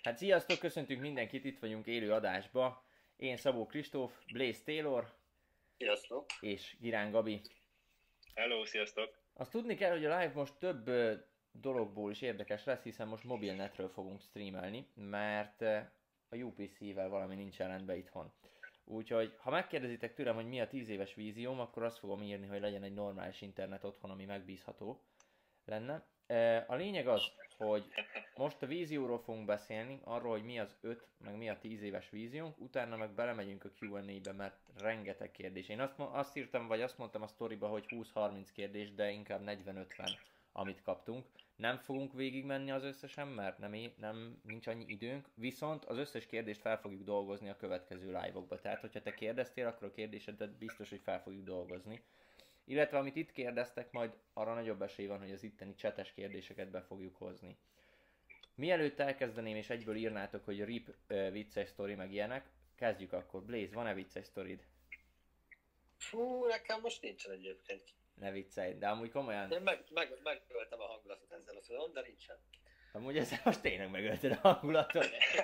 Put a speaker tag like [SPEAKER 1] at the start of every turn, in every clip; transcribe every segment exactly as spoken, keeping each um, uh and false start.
[SPEAKER 1] Hát sziasztok, köszöntünk mindenkit, itt vagyunk élő adásba. Én Szabó Kristóf, Blaze Taylor
[SPEAKER 2] Sziasztok!
[SPEAKER 1] és Girán Gabi.
[SPEAKER 3] Hello, sziasztok!
[SPEAKER 1] Azt tudni kell, hogy a live most több ö, dologból is érdekes lesz, hiszen most mobilnetről fogunk streamelni, mert ö, a u pé cé-vel valami nincsen rendben itthon. Úgyhogy, ha megkérdezitek tőlem, hogy mi a tíz éves vízióm, akkor azt fogom írni, hogy legyen egy normális internet otthon, ami megbízható lenne. A lényeg az, hogy most a vízióról fogunk beszélni, arról, hogy mi az öt, meg mi a tíz éves víziónk, utána meg belemegyünk a Q and A-be, mert rengeteg kérdés. Én azt, azt írtam, vagy azt mondtam a sztoriba, hogy húsz-harminc kérdés, de inkább negyven-ötven, amit kaptunk. Nem fogunk végigmenni az összesen, mert nem, nem nincs annyi időnk, viszont az összes kérdést fel fogjuk dolgozni a következő live-okba. Tehát, hogyha te kérdeztél, akkor a kérdésedet biztos, hogy fel fogjuk dolgozni. Illetve amit itt kérdeztek, majd arra nagyobb esély van, hogy az itteni csetes kérdéseket be fogjuk hozni. Mielőtt elkezdeném és egyből írnátok, hogy rip uh, vicces sztori meg ilyenek, kezdjük akkor. Blaze, van-e vicces sztorid?
[SPEAKER 2] Fú, nekem most nincsen egyébként.
[SPEAKER 1] Ne viccelj, de amúgy komolyan...
[SPEAKER 2] Én meg, meg, megöltem a hangulatot ezzel a szóval, de nincsen.
[SPEAKER 1] Amúgy ezzel most tényleg megölted a hangulatot.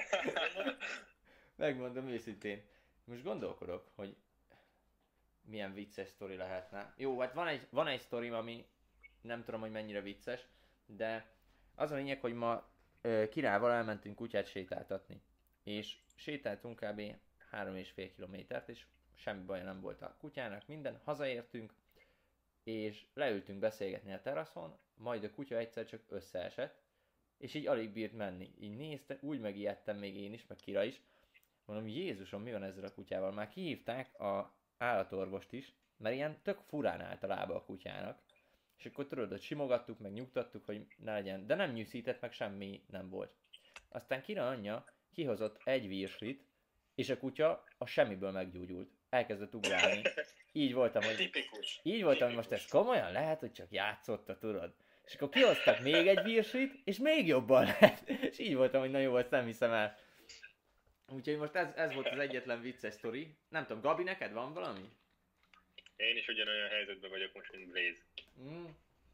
[SPEAKER 1] Megmondom őszintén. Most gondolkodok, hogy milyen vicces sztori lehetne. Jó, hát van egy, van egy sztorim, ami nem tudom, hogy mennyire vicces, de az a lényeg, hogy ma ö, Kirával elmentünk kutyát sétáltatni. És sétáltunk kb. három és fél kilométert, és semmi baja nem volt a kutyának, minden. Hazaértünk, és leültünk beszélgetni a teraszon, majd a kutya egyszer csak összeesett, és így alig bírt menni. Így nézte, úgy megijedtem még én is, meg Kira is. Mondom, Jézusom, mi van ezzel a kutyával? Már kihívták a állatorvost is, mert ilyen tök furán állt a lába a kutyának. És akkor tudod, hogy simogattuk, meg nyugtattuk, hogy ne legyen. De nem nyűszített, meg semmi nem volt. Aztán Kira anyja kihozott egy virslit, és a kutya a semmiből meggyógyult. Elkezdett ugrálni. Így voltam, hogy...
[SPEAKER 2] Tipikus.
[SPEAKER 1] Így voltam, hogy most ez komolyan lehet, hogy csak játszotta, tudod. És akkor kihoztak még egy virslit, és még jobban lett. És így voltam, hogy na jó, ezt nem hiszem el. Úgyhogy most ez, ez volt az egyetlen vicces sztori. Nem tudom, Gabi, neked van valami?
[SPEAKER 3] Én is ugyanolyan helyzetben vagyok most, mint Blaze.
[SPEAKER 1] Mm.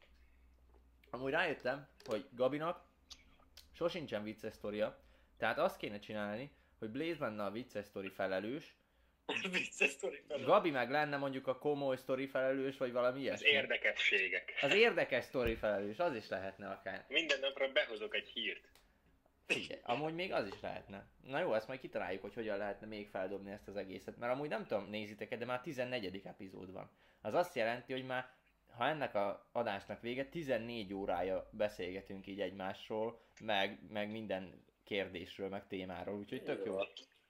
[SPEAKER 1] Amúgy rájöttem, hogy Gabinak sosincsen vicces sztoria. Tehát azt kéne csinálni, hogy Blaze lenne a vicces sztori felelős,
[SPEAKER 2] Vicces sztori felelős.
[SPEAKER 1] Gabi meg lenne mondjuk a komoly sztori felelős, vagy valami
[SPEAKER 3] Az
[SPEAKER 1] ilyesmi.
[SPEAKER 3] érdekességek.
[SPEAKER 1] Az érdekes sztori felelős, az is lehetne akár.
[SPEAKER 3] Minden napra behozok egy hírt.
[SPEAKER 1] Figyelj, amúgy még az is lehetne. Na jó, ezt majd kitaláljuk, hogy hogyan lehetne még feldobni ezt az egészet. Mert amúgy nem tudom, nézitek-e, de már tizennegyedik epizód van. Az azt jelenti, hogy már, ha ennek a adásnak vége, tizennégy órája beszélgetünk így egymásról, meg, meg minden kérdésről, meg témáról, úgyhogy tök jó.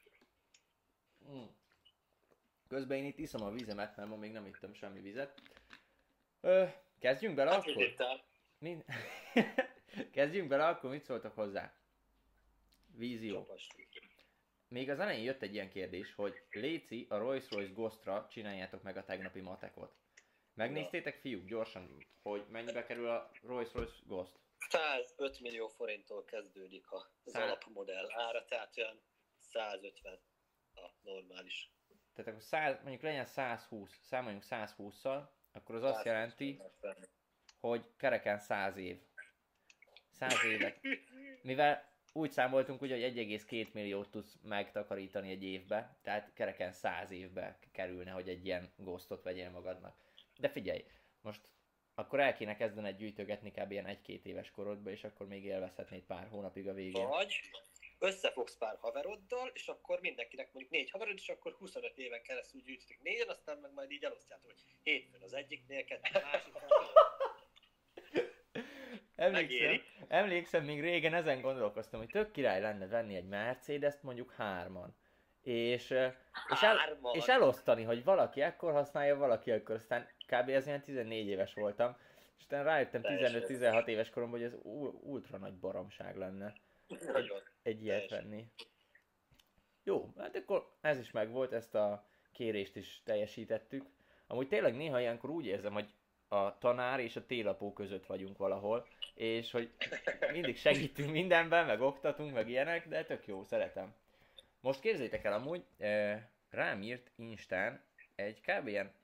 [SPEAKER 1] Mm. Közben én itt iszom a vizemet, mert ma még nem ittem semmi vizet. Ö, kezdjünk bele
[SPEAKER 2] Hát,
[SPEAKER 1] akkor? Min... kezdjünk bele akkor, mit szóltak hozzá? Vízió. Még az elején jött egy ilyen kérdés, hogy Léci, a Rolls-Royce Ghostra csináljátok meg a tegnapi matekot. Megnéztétek, fiúk, gyorsan, hogy mennyibe kerül a Rolls-Royce Ghost?
[SPEAKER 2] százöt millió forinttól kezdődik az
[SPEAKER 1] Száz-
[SPEAKER 2] alapmodell ára, tehát olyan százötven a normális.
[SPEAKER 1] Tehát akkor száz, mondjuk legyen százhúsz, számoljunk százhússzal, akkor az azt jelenti, hogy kereken száz év. száz évet. Mivel úgy számoltunk, ugye, hogy egy egész két milliót tudsz megtakarítani egy évbe, tehát kereken száz évbe kerülne, hogy egy ilyen ghostot vegyél magadnak. De figyelj, most akkor el kéne kezdened gyűjtögetni kb. Ilyen egy-két éves korodba, és akkor még élvezhetnéd pár hónapig a végén.
[SPEAKER 2] Vagy összefogsz pár haveroddal, és akkor mindenkinek mondjuk négy haverod, és akkor huszonöt éven keresztül gyűjtöttek négyen, aztán meg majd így elosztjátok, hogy hétfőn az egyiknél, kettő a másiknál.
[SPEAKER 1] Emlékszem, emlékszem, még régen ezen gondolkoztam, hogy tök király lenne venni egy Mercedes-t mondjuk hárman. És, eh, és, el,
[SPEAKER 2] Hárman?
[SPEAKER 1] és elosztani, hogy valaki ekkor használja, valaki akkor. Aztán kb. Ez ilyen tizennégy éves voltam. És aztán rájöttem tizenöt-tizenhat éves koromban, hogy ez u- ultra nagy baromság lenne
[SPEAKER 2] Nagyon.
[SPEAKER 1] egy ilyet
[SPEAKER 2] Teljesen.
[SPEAKER 1] venni. Jó, hát akkor ez is megvolt, ezt a kérést is teljesítettük. Amúgy tényleg néha ilyenkor úgy érzem, hogy a tanár és a télapó között vagyunk valahol, és hogy mindig segítünk mindenben, meg oktatunk, meg ilyenek, de tök jó, szeretem. Most képzeljétek el amúgy, eh, rám írt Instán egy kb. Ilyen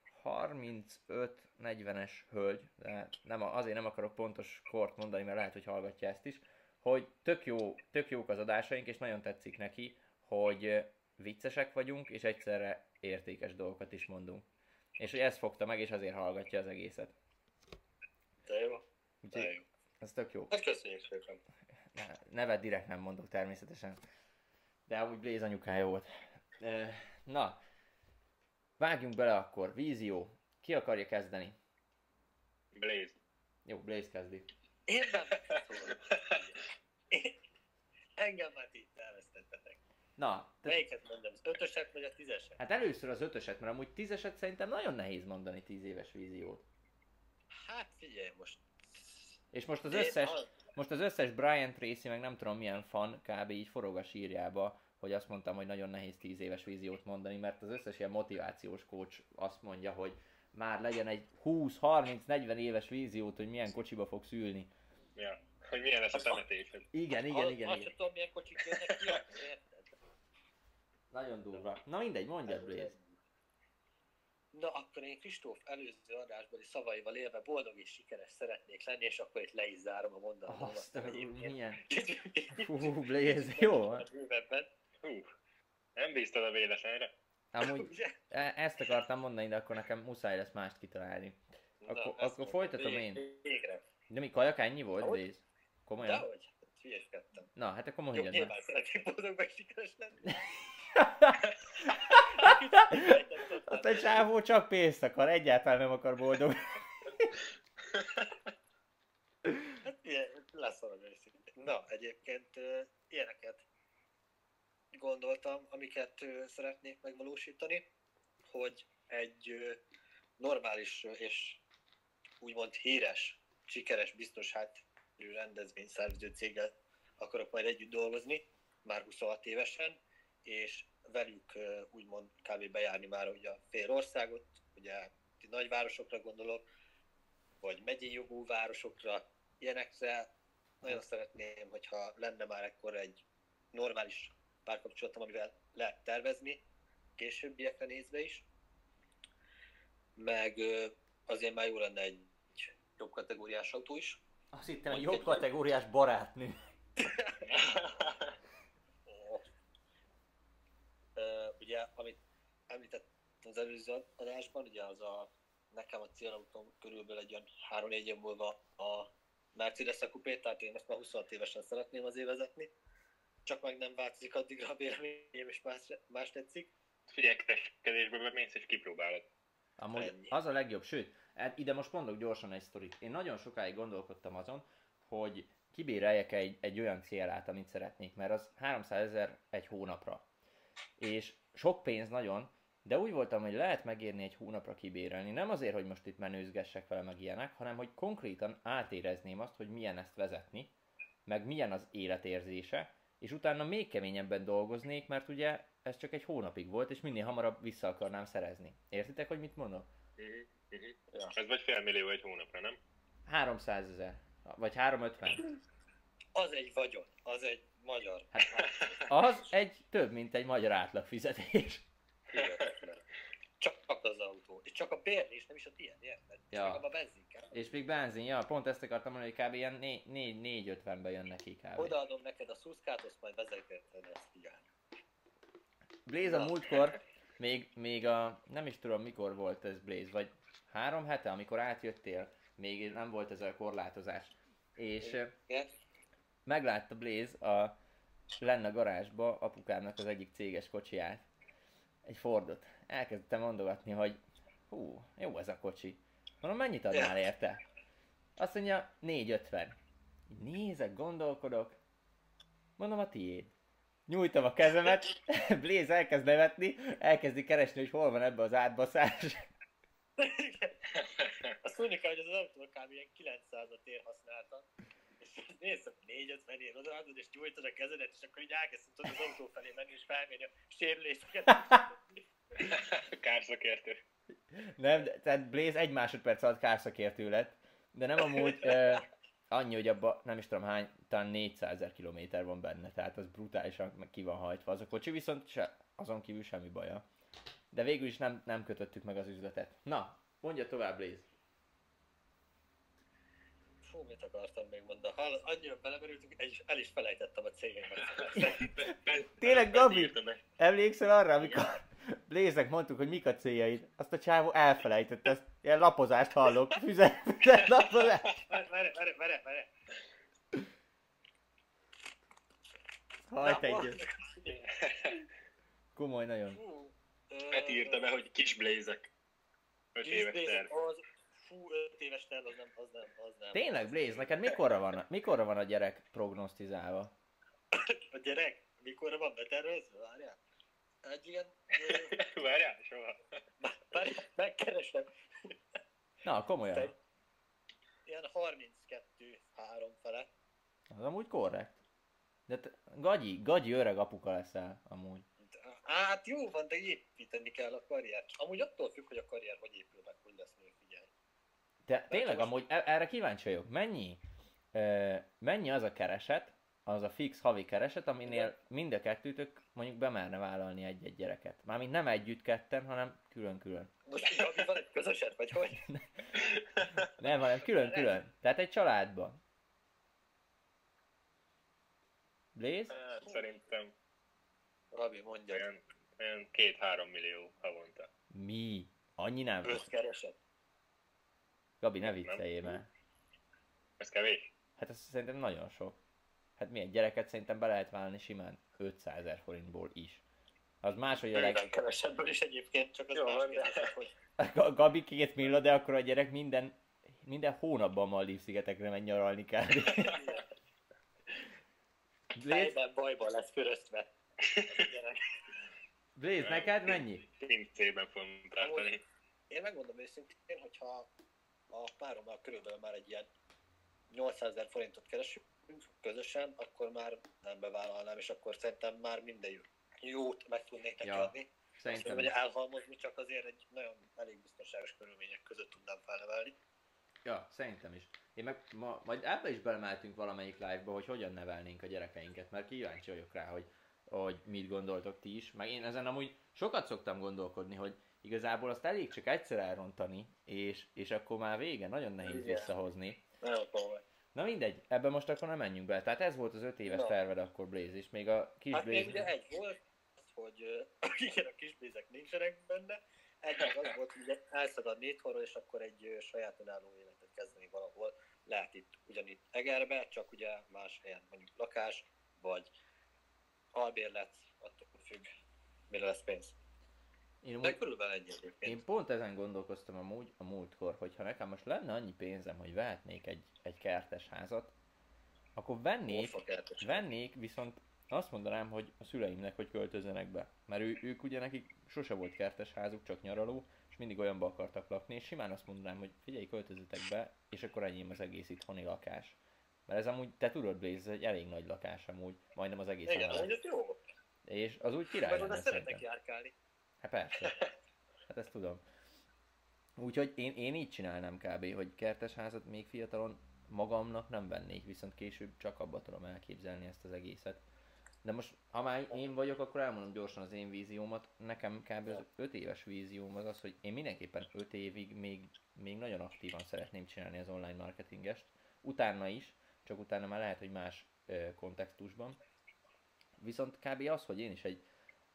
[SPEAKER 1] harmincöt-negyvenes hölgy, de nem, a- azért nem akarok pontos kort mondani, mert lehet, hogy hallgatja ezt is, hogy tök, jó, tök jók az adásaink, és nagyon tetszik neki, hogy viccesek vagyunk, és egyszerre értékes dolgokat is mondunk. És hogy ezt fogta meg, és azért hallgatja az egészet.
[SPEAKER 2] De jó. De
[SPEAKER 1] Úgyhogy
[SPEAKER 2] jó.
[SPEAKER 1] ez tök jó.
[SPEAKER 2] Hát köszönjük szépen.
[SPEAKER 1] Nevet direkt nem mondok természetesen. De amúgy Blaze anyukája volt. Na, vágjunk bele akkor. Vízió. Ki akarja kezdeni?
[SPEAKER 3] Blaze.
[SPEAKER 1] Jó, Blaze kezdi.
[SPEAKER 2] Én nem szólom. Engem már így elvesztettetek.
[SPEAKER 1] Na, te...
[SPEAKER 2] Melyiket mondjam? Az ötöset vagy a tízeset?
[SPEAKER 1] hát először az ötöset, mert amúgy tízeset szerintem nagyon nehéz mondani tíz éves víziót.
[SPEAKER 2] Hát figyelj most.
[SPEAKER 1] És most az
[SPEAKER 2] Én
[SPEAKER 1] összes,
[SPEAKER 2] az-
[SPEAKER 1] most az összes Brian Tracy, meg nem tudom milyen fan, kb. Így forog a sírjába, hogy azt mondtam, hogy nagyon nehéz tíz éves víziót mondani, mert az összes ilyen motivációs coach azt mondja, hogy már legyen egy húsz, harminc, negyven éves víziót, hogy milyen kocsiba fogsz ülni.
[SPEAKER 3] Ja, hogy milyen lesz a temetésed.
[SPEAKER 1] Igen, igen,
[SPEAKER 2] az-
[SPEAKER 1] igen,
[SPEAKER 2] Azt
[SPEAKER 1] igen.
[SPEAKER 2] sem tudom, milyen kocsik jönnek ki, érted?
[SPEAKER 1] Nagyon durva. Na mindegy, mondjad, Blaze.
[SPEAKER 2] Na, akkor én Kristóf előző adásbeli szavaival élve boldog és sikeres szeretnék lenni, és akkor itt le is zárom a mondatomat.
[SPEAKER 1] Azt a
[SPEAKER 2] Egyébként.
[SPEAKER 1] milyen... Hú, Blaze, jó.
[SPEAKER 2] Bővebben.
[SPEAKER 3] Hú, nem bíztad a véletlenre?
[SPEAKER 1] Amúgy
[SPEAKER 2] Ugye?
[SPEAKER 1] e- ezt akartam mondani, de akkor nekem muszáj lesz mást kitalálni. Akkor-
[SPEAKER 2] Na,
[SPEAKER 1] akkor
[SPEAKER 2] ezt mondom.
[SPEAKER 1] folytatom
[SPEAKER 2] Vég-
[SPEAKER 1] én.
[SPEAKER 2] Végre.
[SPEAKER 1] De mi kajak ennyi volt,
[SPEAKER 2] Ahogy?
[SPEAKER 1] Blaze? Komolyan?
[SPEAKER 2] Dehogy? Hát hülyeskedtem.
[SPEAKER 1] Na, hát akkor
[SPEAKER 2] Jó,
[SPEAKER 1] mondjad meg.
[SPEAKER 2] nyilván szeretnék boldog meg sikeres lenni.
[SPEAKER 1] Azt egy csávó csak pénzt akar, egyáltalán nem akar boldog.
[SPEAKER 2] Hát ilyen, leszarom őszintén. Na, egyébként ö, ilyeneket gondoltam, amiket ö, szeretnék megvalósítani, hogy egy ö, normális ö, és úgymond híres, sikeres, biztos hátterű rendezvényszervező céggel akarok majd együtt dolgozni, már huszonhat évesen, és velük ö, úgymond kb. Bejárni már ugye a fél országot, ugye nagyvárosokra gondolok, vagy megyei jogú városokra, ilyenekre. Nagyon szeretném, hogyha lenne már ekkor egy normális párkapcsolatom, amivel lehet tervezni, későbbiekre nézve is. Meg ö, azért már jó lenne egy jobb kategóriás autó is.
[SPEAKER 1] Azt hittem, egy jobb kategóriás barátnő.
[SPEAKER 2] Ö, ugye, amit említettem az előző adásban, ugye az a nekem a célautóm körülbelül egy olyan három-négy év múlva a Mercedes Coupé, tehát én ezt már huszonhat évesen szeretném azért vezetni. Csak meg nem változik addigra a véleményem, és más, más tetszik.
[SPEAKER 3] Figyelj, kereskedésbe bemész és kipróbálod.
[SPEAKER 1] Amúgy
[SPEAKER 2] Ennyi.
[SPEAKER 1] az a legjobb, sőt, hát ide most mondok gyorsan egy sztorit. Én nagyon sokáig gondolkodtam azon, hogy kibéreljek egy, egy olyan célát, amit szeretnék, mert az háromszázezer egy hónapra. És sok pénz nagyon, de úgy voltam, hogy lehet megérni egy hónapra kibérelni. Nem azért, hogy most itt menőzgessek vele meg ilyenek, hanem hogy konkrétan átérezném azt, hogy milyen ezt vezetni, meg milyen az életérzése, és utána még keményebben dolgoznék, mert ugye ez csak egy hónapig volt, és minél hamarabb vissza akarnám szerezni. Értitek, hogy mit mondok?
[SPEAKER 3] Uh-huh. Uh-huh.
[SPEAKER 2] Ja.
[SPEAKER 3] Ez vagy fél millió egy hónapra, nem?
[SPEAKER 1] háromszázezer, vagy háromszázötven.
[SPEAKER 2] Az egy vagyon, az egy magyar.
[SPEAKER 1] Hát, az egy több, mint egy magyar átlagfizetés.
[SPEAKER 2] Hihetetlen. Csak az autó. És csak a bérlés, nem is a tiéd, érted?
[SPEAKER 1] Ja.
[SPEAKER 2] Csak abba a benzin kell.
[SPEAKER 1] És még benzin, ja, pont ezt akartam mondani, hogy kb. Ilyen négy ötvenbe jön neki kb.
[SPEAKER 2] Odaadom neked a szuszkát, azt majd vezeted ezt figyelj.
[SPEAKER 1] Blaze a
[SPEAKER 2] Na.
[SPEAKER 1] múltkor, még, még a, nem is tudom mikor volt ez Blaze, vagy három hete, amikor átjöttél, még nem volt ez a korlátozás. És ö,
[SPEAKER 2] Igen?
[SPEAKER 1] meglátta Blaze a, lenne a garázsba apukámnak az egyik céges kocsiját, egy Fordot. Elkezdtem mondogatni, hogy hú, jó ez a kocsi. Mondom, mennyit adnál érte? Azt mondja, négy ötven. Így nézek, gondolkodok. Mondom, a tiéd. Nyújtom a kezemet, Blaze elkezd nevetni, elkezdi keresni, hogy hol van ebbe az átbaszás.
[SPEAKER 2] Azt tudni kell, hogy az autó kb. Ilyen kilencszázat ér használtan. És nézd, hogy négy ötven ér odaadod, és nyújtod a kezedet, és akkor így elkezdsz tudod az autó felé menni, és felmérni a sérüléseket.
[SPEAKER 3] Kárszakértő.
[SPEAKER 1] Nem, de, tehát Blaze egy másodperc alatt kárszakértő lett, de nem amúgy ö, annyi, hogy abban nem is tudom hány, talán négyszázezer kilométer van benne, tehát az brutálisan meg ki van hajtva az a kocsi, viszont se, azon kívül semmi baja. De végül is nem, nem kötöttük meg az üzletet. Na, mondja tovább, Blaze.
[SPEAKER 2] Fú, Fú, mit akartam még mondani? Ha annyira belemerültünk, el is, el is felejtettem a cégeimet.
[SPEAKER 1] Tényleg, Gabi, emlékszel arra, amikor Blaze-nek mondtuk, hogy mik a céljaid? Azt a csávó elfelejtette, ezt ilyen lapozást hallok. Füzet, füzet lapozást.
[SPEAKER 2] Várj, várj, várj, várj.
[SPEAKER 1] Hajt egyet. Komoly nagyon.
[SPEAKER 2] Fú,
[SPEAKER 3] Peti írta be, hogy kis Blaze-ek. öt éves terv.
[SPEAKER 2] Az, fú, öt éves terv, az nem, az nem, az nem.
[SPEAKER 1] Tényleg, Blaze, neked mikorra van, mikorra van a gyerek prognosztizálva?
[SPEAKER 2] A gyerek? Mikorra van betervezve? Várjál. Egy ilyen...
[SPEAKER 3] Várjál, soha.
[SPEAKER 2] Várjál, megkeresem.
[SPEAKER 1] Na, komolyan.
[SPEAKER 2] Ilyen harminckettő három fele.
[SPEAKER 1] Az amúgy korrekt. De te, gagyi, gagyi öreg apuka leszel, amúgy.
[SPEAKER 2] Hát jó van, de építeni kell a karriert. Amúgy attól függ, hogy a karrier hogy épül meg, hogy lesz még, figyelj.
[SPEAKER 1] De tényleg, amúgy e- erre kíváncsi vagyok. Mennyi, ö, mennyi az a kereset, az a fix havi kereset, aminél mind a kettőtök mondjuk bemerne vállalni egy-egy gyereket? Mármint nem együtt ketten, hanem külön-külön.
[SPEAKER 2] Most Gabi van egy közöset, vagy hogy?
[SPEAKER 1] Nem, hanem külön-külön. Tehát egy családban. Blaze?
[SPEAKER 3] Hát, szerintem
[SPEAKER 2] Gabi, mondja.
[SPEAKER 3] olyan, olyan két-három millió havonta.
[SPEAKER 1] Mi? Annyi nem?
[SPEAKER 2] Összkeresed.
[SPEAKER 1] Gabi, ne vicceljél már.
[SPEAKER 3] Ez kevés?
[SPEAKER 1] Hát ez szerintem nagyon sok. Hát milyen gyereket szerintem be lehet vállalni simán ötszázezer forintból is. Az máshogy a leg...
[SPEAKER 2] Bőven kevesebből is egyébként, csak az
[SPEAKER 3] Jó,
[SPEAKER 2] más
[SPEAKER 3] van,
[SPEAKER 2] kérdés,
[SPEAKER 3] de-
[SPEAKER 2] hogy...
[SPEAKER 1] A Gabi két millió, de akkor a gyerek minden, minden hónapban Maldív-szigetekre megy nyaralni kb. Blaze,
[SPEAKER 2] Fejben bajban lesz köröztve.
[SPEAKER 1] Blaze, neked mennyi?
[SPEAKER 3] Pincében fogunk tartani.
[SPEAKER 2] Én megmondom őszintén, hogyha a párommal körülbelül már egy ilyen nyolcszázezer forintot keresünk közösen, akkor már nem bevállalnám, és akkor szerintem már minden jót meg tudnék neki
[SPEAKER 1] Ja,
[SPEAKER 2] adni.
[SPEAKER 1] Szerintem
[SPEAKER 2] Azt
[SPEAKER 1] is.
[SPEAKER 2] hogy elhalmozni, csak azért egy nagyon elég biztonságos körülmények között tudnám felnevelni.
[SPEAKER 1] Ja, szerintem is. Én meg ma, majd ebbe is belemeltünk valamelyik live-ba, hogy hogyan nevelnénk a gyerekeinket, mert kíváncsi vagyok rá, hogy, hogy mit gondoltok ti is. Meg én ezen amúgy sokat szoktam gondolkodni, hogy igazából azt elég csak egyszer elrontani, és, és akkor már vége, nagyon nehéz
[SPEAKER 2] Igen.
[SPEAKER 1] visszahozni.
[SPEAKER 2] Nagyon komoly.
[SPEAKER 1] Na mindegy, ebben most akkor nem menjünk bele. Tehát ez volt az öt éves
[SPEAKER 2] Na.
[SPEAKER 1] terved akkor, Blaze, és még a kis
[SPEAKER 2] Hát még
[SPEAKER 1] Blaze...
[SPEAKER 2] ugye egy volt, az, hogy ö, igen, a kisbézek nincsenek benne. Egy meg az volt, hogy ugye elszakadni itthonról, és akkor egy ö, saját önálló életet kezdeni valahol. Lehet itt ugyanitt Egerbe, csak ugye más helyen mondjuk lakás, vagy albérlet, attól függ, mire lesz pénz.
[SPEAKER 1] Én, amúgy,
[SPEAKER 2] De körülbelül ennyi egyébként.
[SPEAKER 1] én pont ezen gondolkoztam amúgy a múltkor, hogy ha nekem most lenne annyi pénzem, hogy vehetnék egy, egy kertes házat, akkor vennék,
[SPEAKER 2] Orfakertes.
[SPEAKER 1] vennék, viszont azt mondanám, hogy a szüleimnek, hogy költözzenek be. Mert ő, ők ugye nekik sose volt kertes házuk, csak nyaraló, és mindig olyanba akartak lakni, és simán azt mondanám, hogy figyelj, költözzetek be, és akkor enyém az egész itthoni lakás. Mert ez amúgy, te tudod, Blaze, ez egy elég nagy lakás amúgy, majdnem az egész
[SPEAKER 2] Igen,
[SPEAKER 1] emelet.
[SPEAKER 2] amúgy ez jó.
[SPEAKER 1] És az úgy király
[SPEAKER 2] Meg oda
[SPEAKER 1] lenne
[SPEAKER 2] szeretnek
[SPEAKER 1] szerintem.
[SPEAKER 2] járkálni.
[SPEAKER 1] Hát persze. Hát ezt tudom. Úgyhogy én, én így csinálnám kb, hogy kertes házat még fiatalon magamnak nem vennék, viszont később csak abba tudom elképzelni ezt az egészet. De most, ha már én vagyok, akkor elmondom gyorsan az én víziómat. Nekem kb az öt éves vízióm az az, hogy én mindenképpen öt évig még, még nagyon aktívan szeretném csinálni az online marketingest. Utána is, csak utána már lehet, hogy más ö, kontextusban. Viszont kb az, hogy én is egy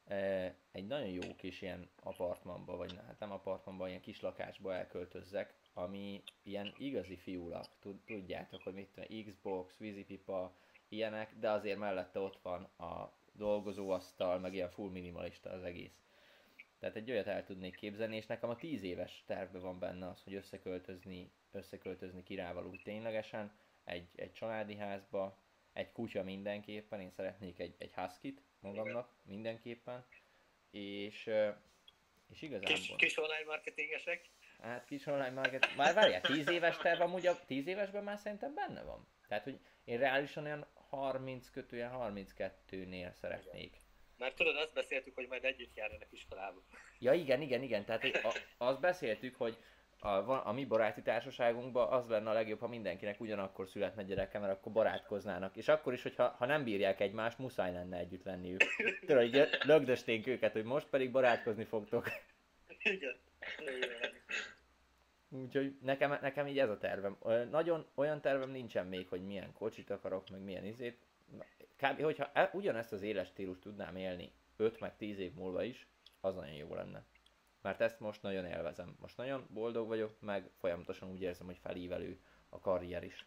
[SPEAKER 1] egy nagyon jó kis ilyen apartmanba, vagy hát nem apartmanba, ilyen kis lakásba elköltözzek, ami ilyen igazi fiúlak, tudjátok, hogy mit tudom, Xbox, vízipipa, ilyenek, de azért mellette ott van a dolgozóasztal, meg ilyen full minimalista az egész. Tehát egy olyat el tudnék képzelni, és nekem a tíz éves tervben van benne az, hogy összeköltözni, összeköltözni kirával úgy ténylegesen, egy, egy családi házba, egy kutya mindenképpen, én szeretnék egy, egy huskit magamnak mindenképpen, és, és igazából...
[SPEAKER 2] Kis, kis online marketingesek.
[SPEAKER 1] Hát kis online market... Már várjál, tíz éves terv amúgy a tíz évesben már szerintem benne van. Tehát, hogy én reálisan olyan harminc kötően harminckettőnél szeretnék.
[SPEAKER 2] Mert tudod, azt beszéltük, hogy majd együtt járnak iskolába.
[SPEAKER 1] Ja igen, igen, igen, tehát hogy a, azt beszéltük, hogy a, a mi baráti társaságunkban az lenne a legjobb, ha mindenkinek ugyanakkor születne gyereke, mert akkor barátkoznának. És akkor is, hogyha ha nem bírják egymást, muszáj lenne együtt lenniük. Tudod, így lögdösténk őket, hogy most pedig barátkozni fogtok.
[SPEAKER 2] Igen.
[SPEAKER 1] Úgyhogy nekem, nekem így ez a tervem. Ö, Nagyon olyan tervem nincsen még, hogy milyen kocsit akarok, meg milyen izét. Na, Kb. Hogyha e- ugyanezt az éles stílust tudnám élni öt meg tíz év múlva is, az nagyon jó lenne. Mert ezt most nagyon élvezem. Most nagyon boldog vagyok, meg folyamatosan úgy érzem, hogy felívelő a karrier is.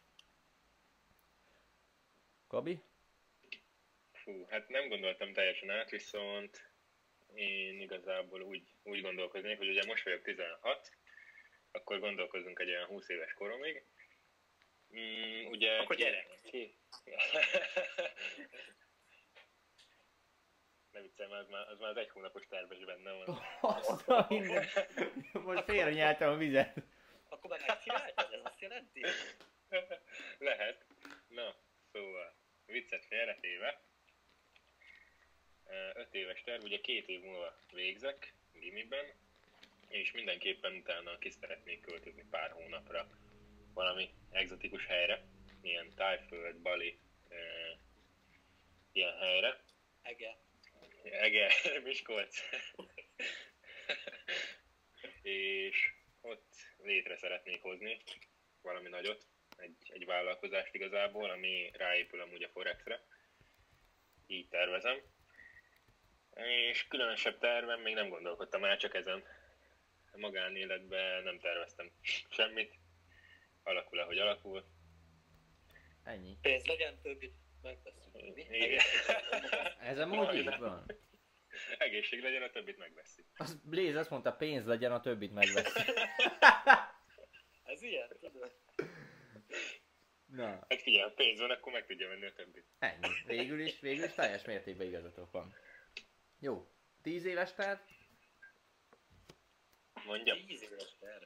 [SPEAKER 1] Gabi?
[SPEAKER 3] Fú, hát nem gondoltam teljesen át, viszont én igazából úgy, úgy gondolkoznék, hogy ugye most vagyok tizenhat, akkor gondolkozunk egy olyan húsz éves koromig. Mm, ugye...
[SPEAKER 2] Akkor gyerek.
[SPEAKER 3] Ki? Ne viccelj, az már, az már az egy hónapos terves benne van.
[SPEAKER 1] Azt a minden... Most félrenyeltem a vizet.
[SPEAKER 2] Akkor már megcsináltad? Ez azt jelenti?
[SPEAKER 3] Lehet. Na, szóval, viccet félretéve. Öt éves terv, ugye két év múlva végzek gimiben, és mindenképpen utána ki szeretnék költözni pár hónapra valami egzotikus helyre, ilyen Tájföld, Bali, e, ilyen helyre.
[SPEAKER 2] Ege.
[SPEAKER 3] Ege, Miskolc. És ott létre szeretnék hozni valami nagyot, egy, egy vállalkozást igazából, ami ráépül amúgy a Forexre. Így tervezem. És különösebb tervem még nem gondolkodtam el, csak ezen. A magánéletben nem terveztem semmit. Alakul, ahogy alakul.
[SPEAKER 1] Ennyi.
[SPEAKER 2] Pénz legyen, többit megveszünk. Mi?
[SPEAKER 3] Igen.
[SPEAKER 1] Ez amúgy így van.
[SPEAKER 3] Egészség legyen, a többit megveszi.
[SPEAKER 1] Az Blaze azt mondta, pénz legyen, a többit megveszi.
[SPEAKER 2] Ez ilyen, tudod?
[SPEAKER 1] Na,
[SPEAKER 3] Hát figyelj, ha pénz van, akkor meg tudja venni a többit.
[SPEAKER 1] ennyi. Végül is, végül is teljes mértékben igazatok van. Jó. Tíz éves terv?
[SPEAKER 3] Mondjam?
[SPEAKER 2] Tíz éves terv.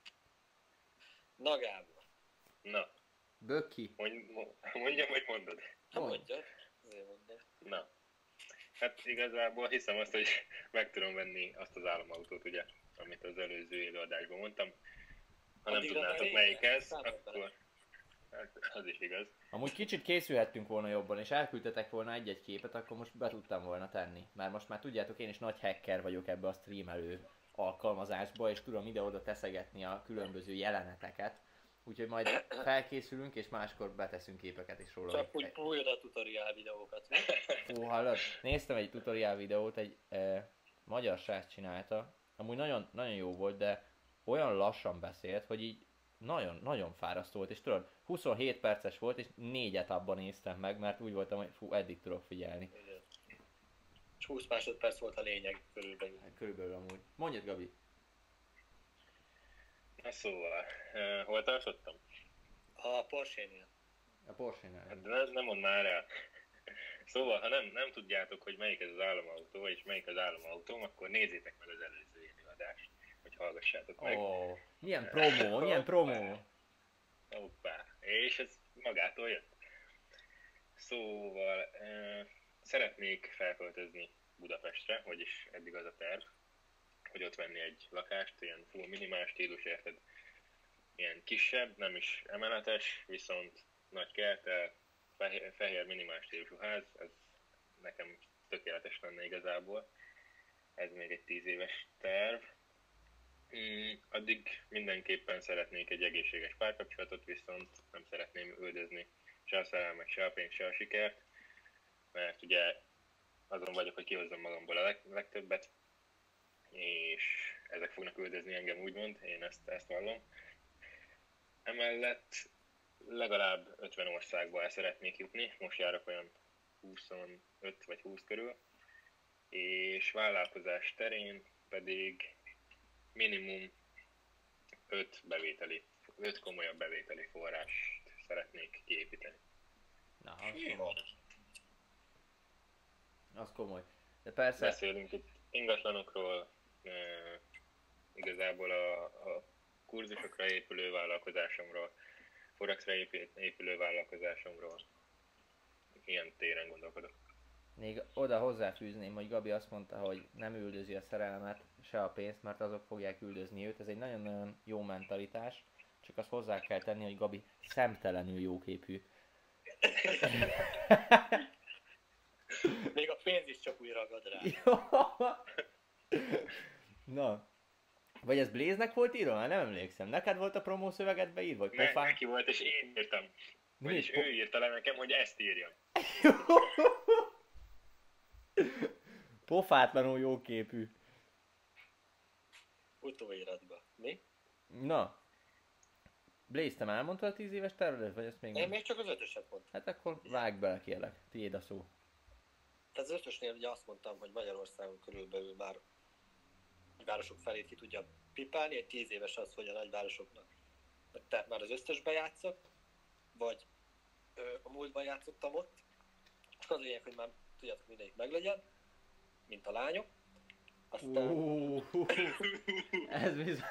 [SPEAKER 2] Na Gábor.
[SPEAKER 3] Na,
[SPEAKER 1] Böki.
[SPEAKER 3] mondj, mo- mondjam, vagy mondod?
[SPEAKER 2] Nem
[SPEAKER 1] Mondj.
[SPEAKER 2] mondjad. Azért mondjam.
[SPEAKER 3] Na. Hát igazából hiszem azt, hogy meg tudom venni azt az álomautót, ugye, amit az előző előadásban mondtam. Ha nem
[SPEAKER 2] Addigra
[SPEAKER 3] tudnátok
[SPEAKER 2] már
[SPEAKER 3] melyik
[SPEAKER 2] régen,
[SPEAKER 3] ez,
[SPEAKER 2] számolj
[SPEAKER 3] akkor...
[SPEAKER 2] bele.
[SPEAKER 3] Hát, az is igaz.
[SPEAKER 1] Amúgy kicsit készülhettünk volna jobban, és elküldtetek volna egy-egy képet, akkor most be tudtam volna tenni. Mert most már tudjátok, én is nagy hacker vagyok ebbe a streamelő alkalmazásba, és tudom ide-oda teszegetni a különböző jeleneteket. Úgyhogy majd felkészülünk, és máskor beteszünk képeket is róla.
[SPEAKER 2] Csak úgy újod a tutoriál videókat. Mi?
[SPEAKER 1] Ó, hallod? Néztem egy tutoriál videót, egy eh, magyar srác csinálta. Amúgy nagyon, nagyon jó volt, de olyan lassan beszélt, hogy így nagyon, nagyon fárasztó volt, és tudod, huszonhét perces volt, és négyet abban néztem meg, mert úgy voltam, hogy fú, eddig tudok figyelni.
[SPEAKER 2] Igen. És húsz másodperc volt a lényeg körülbelül.
[SPEAKER 1] Hát körülbelül amúgy. Mondjad, Gabi.
[SPEAKER 3] Na szóval, uh, hol tartottam?
[SPEAKER 2] A Porsche-nél.
[SPEAKER 1] A Porsche-nál.
[SPEAKER 3] Hát ne, nem mondd már el. Szóval, ha nem, nem tudjátok, hogy melyik ez az álomautó, és melyik az álomautóm, akkor nézzétek meg az előző előadást, hogy hallgassátok meg.
[SPEAKER 1] Ó, oh, milyen promó, milyen promó.
[SPEAKER 3] Hoppá, és ez magától jött. Szóval, uh, szeretnék felköltözni Budapestre, vagyis eddig az a terv, hogy ott venni egy lakást, ilyen full minimál stílus, érted? Ilyen kisebb, nem is emeletes, viszont nagy kerttel, fehér, fehér minimál stílusú ház, ez nekem tökéletes lenne igazából. Ez még egy tíz éves terv. Mm, addig mindenképpen szeretnék egy egészséges párkapcsolatot, viszont nem szeretném üldözni se a szerelmet, se a pénzt, se a sikert, mert ugye azon vagyok, hogy kihozzam magamból a leg, legtöbbet, és ezek fognak üldözni engem, úgymond, én ezt, ezt vallom. Emellett legalább ötven országba el szeretnék jutni, most járok olyan huszonöt vagy húsz körül, és vállalkozás terén pedig minimum öt bevételi, öt komolyabb bevételi forrást szeretnék kiépíteni.
[SPEAKER 1] Na, az komoly. Az komoly. De persze...
[SPEAKER 3] Beszélünk itt ingatlanokról, e, igazából a, a kurzusokra épülő vállalkozásomról, Forexre épülő vállalkozásomról, ilyen téren gondolkodok.
[SPEAKER 1] Még oda hozzáfűzném, hogy Gabi azt mondta, hogy nem üldözi a szerelmet, se a pénzt, mert azok fogják üldözni őt. Ez egy nagyon-nagyon jó mentalitás, csak azt hozzá kell tenni, hogy Gabi szemtelenül jóképű.
[SPEAKER 2] Még a pénz is csak úgy ragad rá.
[SPEAKER 1] Na, Vagy ez Blaze-nek volt írva? Már nem emlékszem. Neked volt a promó szövegedbe írva, vagy
[SPEAKER 3] Ne,
[SPEAKER 1] pofán?
[SPEAKER 3] neki volt, és én írtam.
[SPEAKER 1] Mi?
[SPEAKER 3] Vagyis
[SPEAKER 1] Po-
[SPEAKER 3] ő írta le nekem, hogy ezt írjam.
[SPEAKER 1] Pofátlanul jó képű.
[SPEAKER 2] Utóiratba. Mi?
[SPEAKER 1] Na. Blaze, te már elmondtad a tíz éves tervedet, vagy ezt még
[SPEAKER 2] Én
[SPEAKER 1] nem?
[SPEAKER 2] még csak az ötöset mondtam.
[SPEAKER 1] Hát akkor vágj bele, kérlek. Tiéd a szó.
[SPEAKER 2] Tehát az ötösnél ugye azt mondtam, hogy Magyarországon körülbelül már a városok felét ki tudja pipálni, egy tíz éves az, hogy a nagyvárosoknak tehát már az összes bejátszok, vagy ö, a múltban játszottam ott. Az a lényeg, hogy már tudjátok, mindegyik meglegyen, mint a lányok. Aztán
[SPEAKER 1] Uh, ez bizony.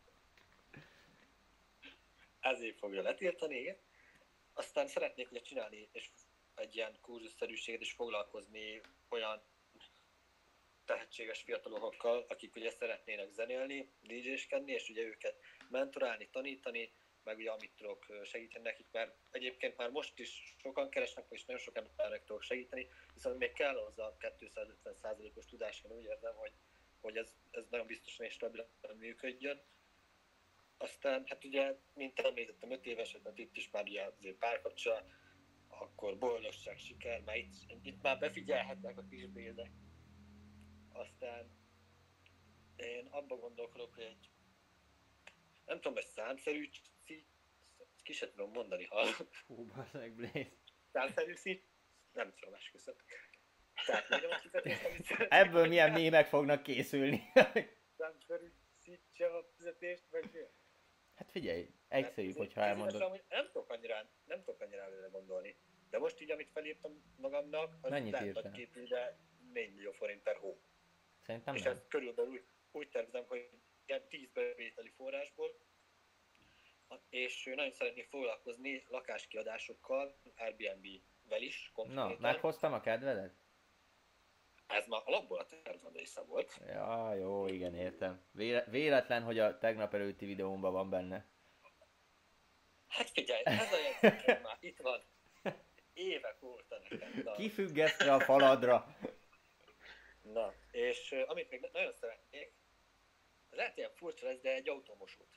[SPEAKER 2] ezért fogja letiltani, igen. Aztán szeretnék ugye csinálni és egy ilyen kurzusszerűséget és foglalkozni olyan tehetséges fiatalokkal, akik ugye szeretnének zenélni, dé dzséskedni, és ugye őket mentorálni, tanítani, meg ugye amit tudok segíteni nekik, mert egyébként már most is sokan keresnek, és nagyon sok embernek tudok segíteni, viszont még kell az a kétszázötven százalékos tudás, én úgy érzem, hogy, hogy ez, ez nagyon biztosan és stabilan működjön. Aztán, hát ugye, mint említettem, öt éves, tehát itt is már ugye azért párkapcsolat, akkor boldogság, siker, mert itt, itt már befigyelhetnek a kis bézek. Aztán én abban gondolkodok, hogy egy, nem tudom, egy számszerű szí, ki sem tudom mondani, ha
[SPEAKER 1] Hú, bazdmeg, Blaze.
[SPEAKER 2] számszerű szí, nem tudom, esküszöm. Tehát mondjam a fizetést, amit szeretnék.
[SPEAKER 1] Ebből milyen mémek fognak készülni?
[SPEAKER 2] Számszerű szítsem a fizetést, vagy mi?
[SPEAKER 1] Hát figyelj, egyszerűbb,
[SPEAKER 2] Hát,
[SPEAKER 1] hogyha
[SPEAKER 2] tíz
[SPEAKER 1] elmondod.
[SPEAKER 2] évesen amúgy Nem tudok annyira, nem tudok annyira előre gondolni. De most így, amit felírtam magamnak, az
[SPEAKER 1] Mennyit
[SPEAKER 2] lehet
[SPEAKER 1] írtál?
[SPEAKER 2] nagy képű, de négy millió forint per hó.
[SPEAKER 1] Szerintem
[SPEAKER 2] És
[SPEAKER 1] nem.
[SPEAKER 2] ezt körülbelül úgy, úgy tervezem, hogy ilyen tíz bevételi forrásból, és nagyon szeretnék foglalkozni lakáskiadásokkal, Airbnb-vel is
[SPEAKER 1] Na,
[SPEAKER 2] konkrétan.
[SPEAKER 1] meghoztam a kedvedet?
[SPEAKER 2] Ez már alapból a tervezem része volt.
[SPEAKER 1] Ja, jó, igen, értem. Véle- véletlen, hogy a tegnap előtti videómban van benne.
[SPEAKER 2] Hát figyelj, ez a jegyzőkönyv már itt van. Évek óta nekem. Na.
[SPEAKER 1] Kifüggesztve a faladra.
[SPEAKER 2] Na, és uh, amit még nagyon szeretnék, lehet ilyen furcsa lesz, de egy autómosót.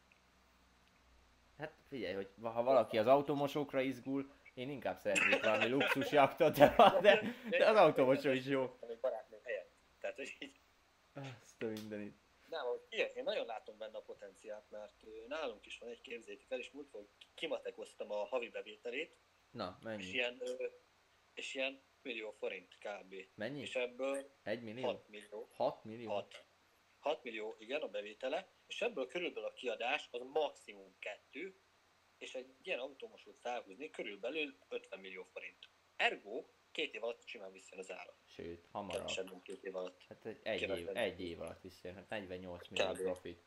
[SPEAKER 1] Hát figyelj, hogy ha valaki az automosókra izgul, én inkább szeretnék valami luxusjaktot, de, de, de az automosó is jó.
[SPEAKER 2] Egy barátnőm helyett. Tehát, hogy így,
[SPEAKER 1] Azt a mindenit.
[SPEAKER 2] nem, hogy ilyen, én nagyon látom benne a potenciált, mert uh, nálunk is van egy, képzétek el, és múltkor kimatekoztam a havi bevételét,
[SPEAKER 1] Na,
[SPEAKER 2] és
[SPEAKER 1] mennyi?
[SPEAKER 2] ilyen, uh, és ilyen millió forint kb.
[SPEAKER 1] Mennyi?
[SPEAKER 2] És ebből
[SPEAKER 1] Egy millió?
[SPEAKER 2] hat millió.
[SPEAKER 1] Hat millió?
[SPEAKER 2] hat. hat millió, igen, a bevétele, és ebből körülbelül a kiadás az maximum kettő, és egy ilyen automosót felhúzni körülbelül ötven millió forint. Ergo, két év alatt simán visszajön az ára.
[SPEAKER 1] Sőt, hamarabb.
[SPEAKER 2] Kevesebb, mint két év alatt.
[SPEAKER 1] Hát egy, egy, év,
[SPEAKER 2] Kivetlen.
[SPEAKER 1] egy év alatt visszajön, hát negyvennyolc millió
[SPEAKER 2] Kb.
[SPEAKER 1] profit.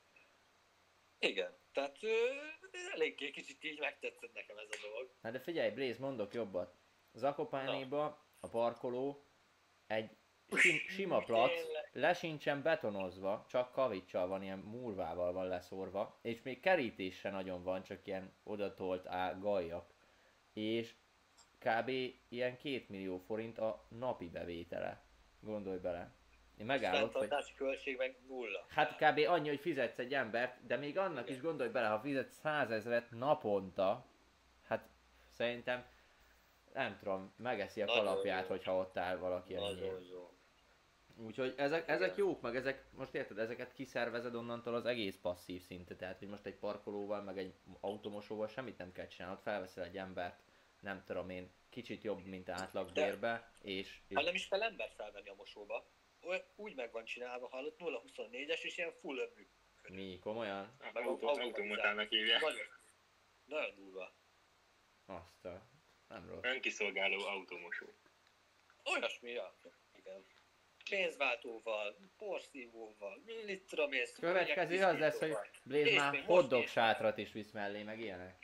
[SPEAKER 2] Igen, tehát ö, eléggé kicsit így megtetszett nekem ez a dolog.
[SPEAKER 1] Hát de figyelj, Blaze, mondok jobbat. Zakopánéba a parkoló egy sim, sima plac,
[SPEAKER 2] Tényleg.
[SPEAKER 1] le sincsen betonozva, csak kavicsal van, ilyen murvával van leszórva, és még kerítés se nagyon van, csak ilyen odatolt á, gajak. És kb. Ilyen két millió forint a napi bevétele. Gondolj bele. Én megállok, hogy...
[SPEAKER 2] Fenntartási költség meg nulla.
[SPEAKER 1] Hát kb. Annyi, hogy fizetsz egy embert, de még annak is gondolj bele, ha fizetsz százezret naponta, hát szerintem, nem tudom, megeszi a
[SPEAKER 2] Nagyon
[SPEAKER 1] kalapját,
[SPEAKER 2] jó.
[SPEAKER 1] hogyha ott áll valaki ennyi.
[SPEAKER 2] Nagyon jó.
[SPEAKER 1] Úgyhogy ezek, ezek jók, meg ezek, most érted, ezeket kiszervezed onnantól az egész passzív szinte, tehát hogy most egy parkolóval, meg egy automosóval semmit nem kell csinálnod, felveszel egy embert, nem tudom én, kicsit jobb, mint átlagbérbe, és... és
[SPEAKER 2] Hát nem is kell embert felvenni a mosóba. Olyan- Úgy meg van csinálva, hallott, nulla huszonnégyes és ilyen full önmű.
[SPEAKER 1] mi, komolyan?
[SPEAKER 2] Meg
[SPEAKER 3] Autó,
[SPEAKER 2] automatizál.
[SPEAKER 3] automatának hívják.
[SPEAKER 2] Nagyon, nagyon durva.
[SPEAKER 1] Azt a... nem rossz.
[SPEAKER 3] Önkiszolgáló automosó.
[SPEAKER 2] Olyasmi, ja. Igen. Pénzváltóval, porszívóval, mit tudom én,
[SPEAKER 1] Következő az lesz, hogy Blaze
[SPEAKER 2] És
[SPEAKER 1] már
[SPEAKER 2] még most
[SPEAKER 1] hotdog
[SPEAKER 2] is.
[SPEAKER 1] sátrat is visz mellé, meg ilyenek.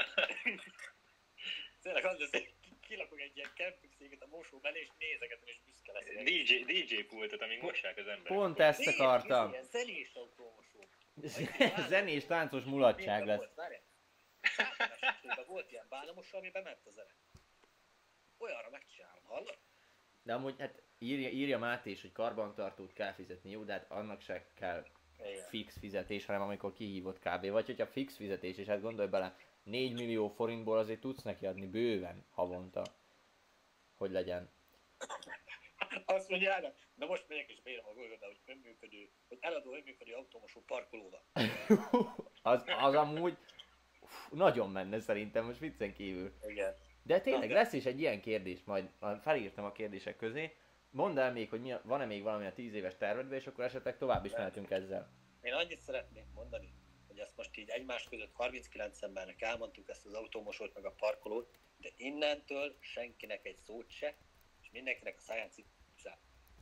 [SPEAKER 2] Tényleg az lesz, hogy ki- kilakok egy ilyen kempingszéket a mosó mellé, és nézegetem, és büszke lesz.
[SPEAKER 3] dé dzsé, dé dzsé pultot, amíg mossák az emberek.
[SPEAKER 1] Pont ezt
[SPEAKER 2] Nézd,
[SPEAKER 1] akartam.
[SPEAKER 2] Ilyen zenés autómosó.
[SPEAKER 1] Zenés, táncos mulatság lesz.
[SPEAKER 2] Volt, várjál. Szállásban volt ilyen bánamosó, ami bement a zene. Olyanra megcsinálom, hallod?
[SPEAKER 1] De amúgy hát írja, írja Máté is, hogy karbantartót kell fizetni, jó, de hát annak se kell
[SPEAKER 2] Igen.
[SPEAKER 1] fix fizetés, hanem amikor kihívott kb. Vagy hogyha fix fizetés, és hát gondolj bele, négy millió forintból azért tudsz neki adni bőven havonta, hogy legyen.
[SPEAKER 2] Azt mondja, Ádám, na most megyek és beírom a Google-be, hogy önműködő, hogy eladó önműködő automosú parkolóval.
[SPEAKER 1] az, az amúgy uf, nagyon menne szerintem, most viccen kívül.
[SPEAKER 2] Igen.
[SPEAKER 1] De tényleg lesz is egy ilyen kérdés, majd felírtam a kérdések közé. Mondd el még, hogy mi a, van-e még valami a tíz éves tervedbe, és akkor esetleg tovább is mehetünk ezzel.
[SPEAKER 2] Én annyit szeretnék mondani, hogy ezt most így egymás között harminckilenc embernek elmondtuk ezt az automosót meg a parkolót, de innentől senkinek egy szót se, és mindenkinek a száján cipzál.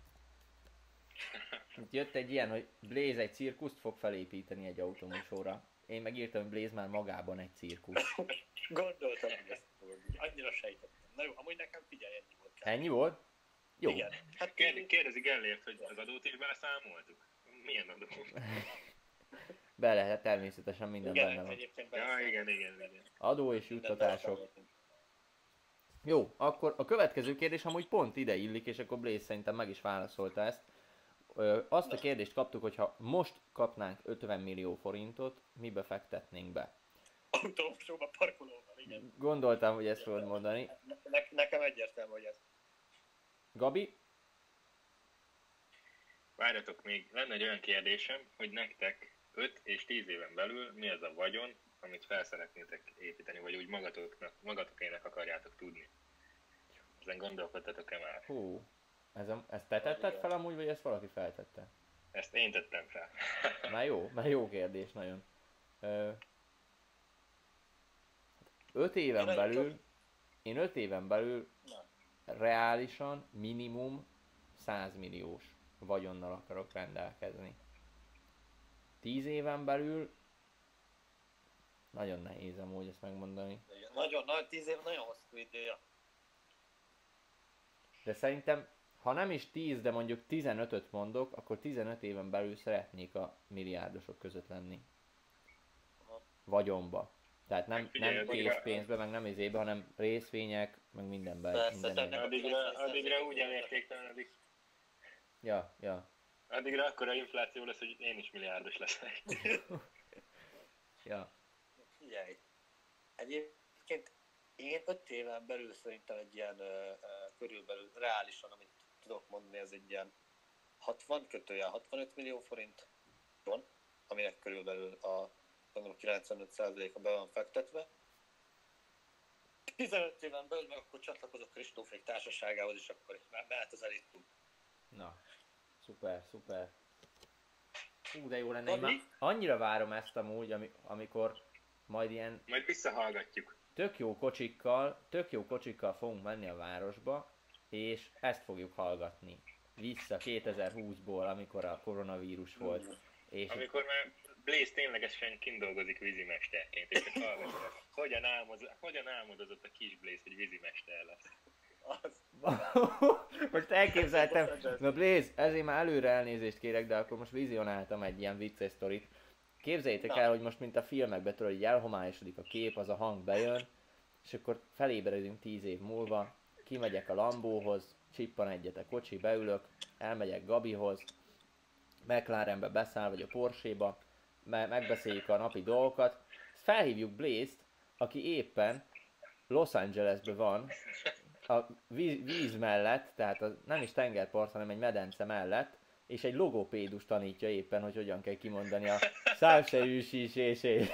[SPEAKER 1] Itt jött egy ilyen, hogy Blaze egy cirkuszt fog felépíteni egy automosóra. Én megírtam, hogy Blaze már magában egy cirkusz.
[SPEAKER 2] Gondoltam, hogy ezt fogod, annyira sejtettem. Na jó, amúgy nekem figyelj, ennyi volt.
[SPEAKER 1] Ennyi volt? Jó.
[SPEAKER 2] Igen. Hát
[SPEAKER 3] Kérde, kérdezi Gellért, hogy az adót is beleszámoltuk? Milyen adó?
[SPEAKER 1] Be lehet, természetesen minden
[SPEAKER 2] igen,
[SPEAKER 1] benne van.
[SPEAKER 2] egyébként
[SPEAKER 3] Ja, igen, igen, igen.
[SPEAKER 1] Adó és juttatások. Jó, akkor a következő kérdés amúgy pont ide illik, és akkor Blaze szerintem meg is válaszolta ezt. Ö, azt a kérdést kaptuk, hogy ha most kapnánk ötven millió forintot, mibe fektetnénk be?
[SPEAKER 2] Autómosóba, parkolóban, igen.
[SPEAKER 1] Gondoltam, hogy ezt fogod mondani.
[SPEAKER 2] Ne, nekem egyértelmű, hogy ez.
[SPEAKER 1] Gabi?
[SPEAKER 3] Várjatok, még lenne egy olyan kérdésem, hogy nektek öt és tíz éven belül mi az a vagyon, amit fel szeretnétek építeni, vagy úgy magatoknak, magatokének akarjátok tudni. Ezen gondolkodtatok-e már?
[SPEAKER 1] Hú, ez a, ezt te tetted fel amúgy, vagy ezt valaki feltette?
[SPEAKER 3] Ezt én tettem fel.
[SPEAKER 1] Már jó, már jó kérdés nagyon. Ö, öt éven
[SPEAKER 2] Én
[SPEAKER 1] belül, én öt éven belül
[SPEAKER 2] Na.
[SPEAKER 1] reálisan minimum száz milliós vagyonnal akarok rendelkezni. tíz éven belül nagyon nehéz amúgy ezt megmondani.
[SPEAKER 2] Igen, nagyon nagy, tíz év nagyon hosszú időja.
[SPEAKER 1] De szerintem, ha nem is tíz, de mondjuk tizenötöt mondok, akkor tizenöt éven belül szeretnék a milliárdosok között lenni.
[SPEAKER 2] Aha.
[SPEAKER 1] Vagyonba. Tehát nem,
[SPEAKER 3] Figyelj,
[SPEAKER 1] nem
[SPEAKER 3] addigra-
[SPEAKER 1] készpénzbe, meg nem izébe, hanem részvények, meg mindenben.
[SPEAKER 2] Persze,
[SPEAKER 1] mindenben.
[SPEAKER 2] de-
[SPEAKER 3] Addigra, addigra úgy elértéktelenedik.
[SPEAKER 1] Ja, ja,
[SPEAKER 3] Addigra akkora infláció lesz, hogy én is milliárdos leszek.
[SPEAKER 1] ja.
[SPEAKER 2] Figyelj. Egyébként én öt éven belül szerintem egy ilyen ö, ö, körülbelül reálisan, amit tudok mondani, ez egy ilyen hatvan kötőjel hatvanöt millió forint van, aminek körülbelül a gondolom kilencvenöt százaléka be van fektetve. tizenöt éven belül meg akkor csatlakozok Kristófék társaságához, és akkor már mehet az elitum.
[SPEAKER 1] Na, szuper, szuper. Hú, de jó lenne, én
[SPEAKER 2] Gabi?
[SPEAKER 1] már annyira várom ezt amúgy, ami, amikor majd ilyen
[SPEAKER 3] Majd visszahallgatjuk.
[SPEAKER 1] tök jó kocsikkal, tök jó kocsikkal fogunk menni a városba, és ezt fogjuk hallgatni. Vissza kétezer-húszból, amikor a koronavírus volt. És
[SPEAKER 3] Amikor már Blaze ténylegesen kindolgozik vízimesterként, és csak hallgatja. Hogyan, álmoz, hogyan álmodozott a kis Blaze, hogy vízimester lesz.
[SPEAKER 2] Az,
[SPEAKER 1] most elképzeltem, na Blaze, ezért már előre elnézést kérek, de akkor most vizionáltam egy ilyen vicces sztorit. Képzeljétek
[SPEAKER 2] Na.
[SPEAKER 1] el, hogy most mint a filmekben tudod, hogy elhomályosodik a kép, az a hang bejön, és akkor felébredünk tíz év múlva, kimegyek a Lambóhoz, csippan egyet a kocsi, beülök, elmegyek Gabihoz, McLarenbe beszáll, vagy a Porsche-ba, me- megbeszéljük a napi dolgokat, ezt felhívjuk Blaze-t, aki éppen Los Angelesben van, a víz, víz mellett, tehát az nem is tengerpart, hanem egy medence mellett, és egy logopédus tanítja éppen, hogy hogyan kell kimondani a szávsejűsísését.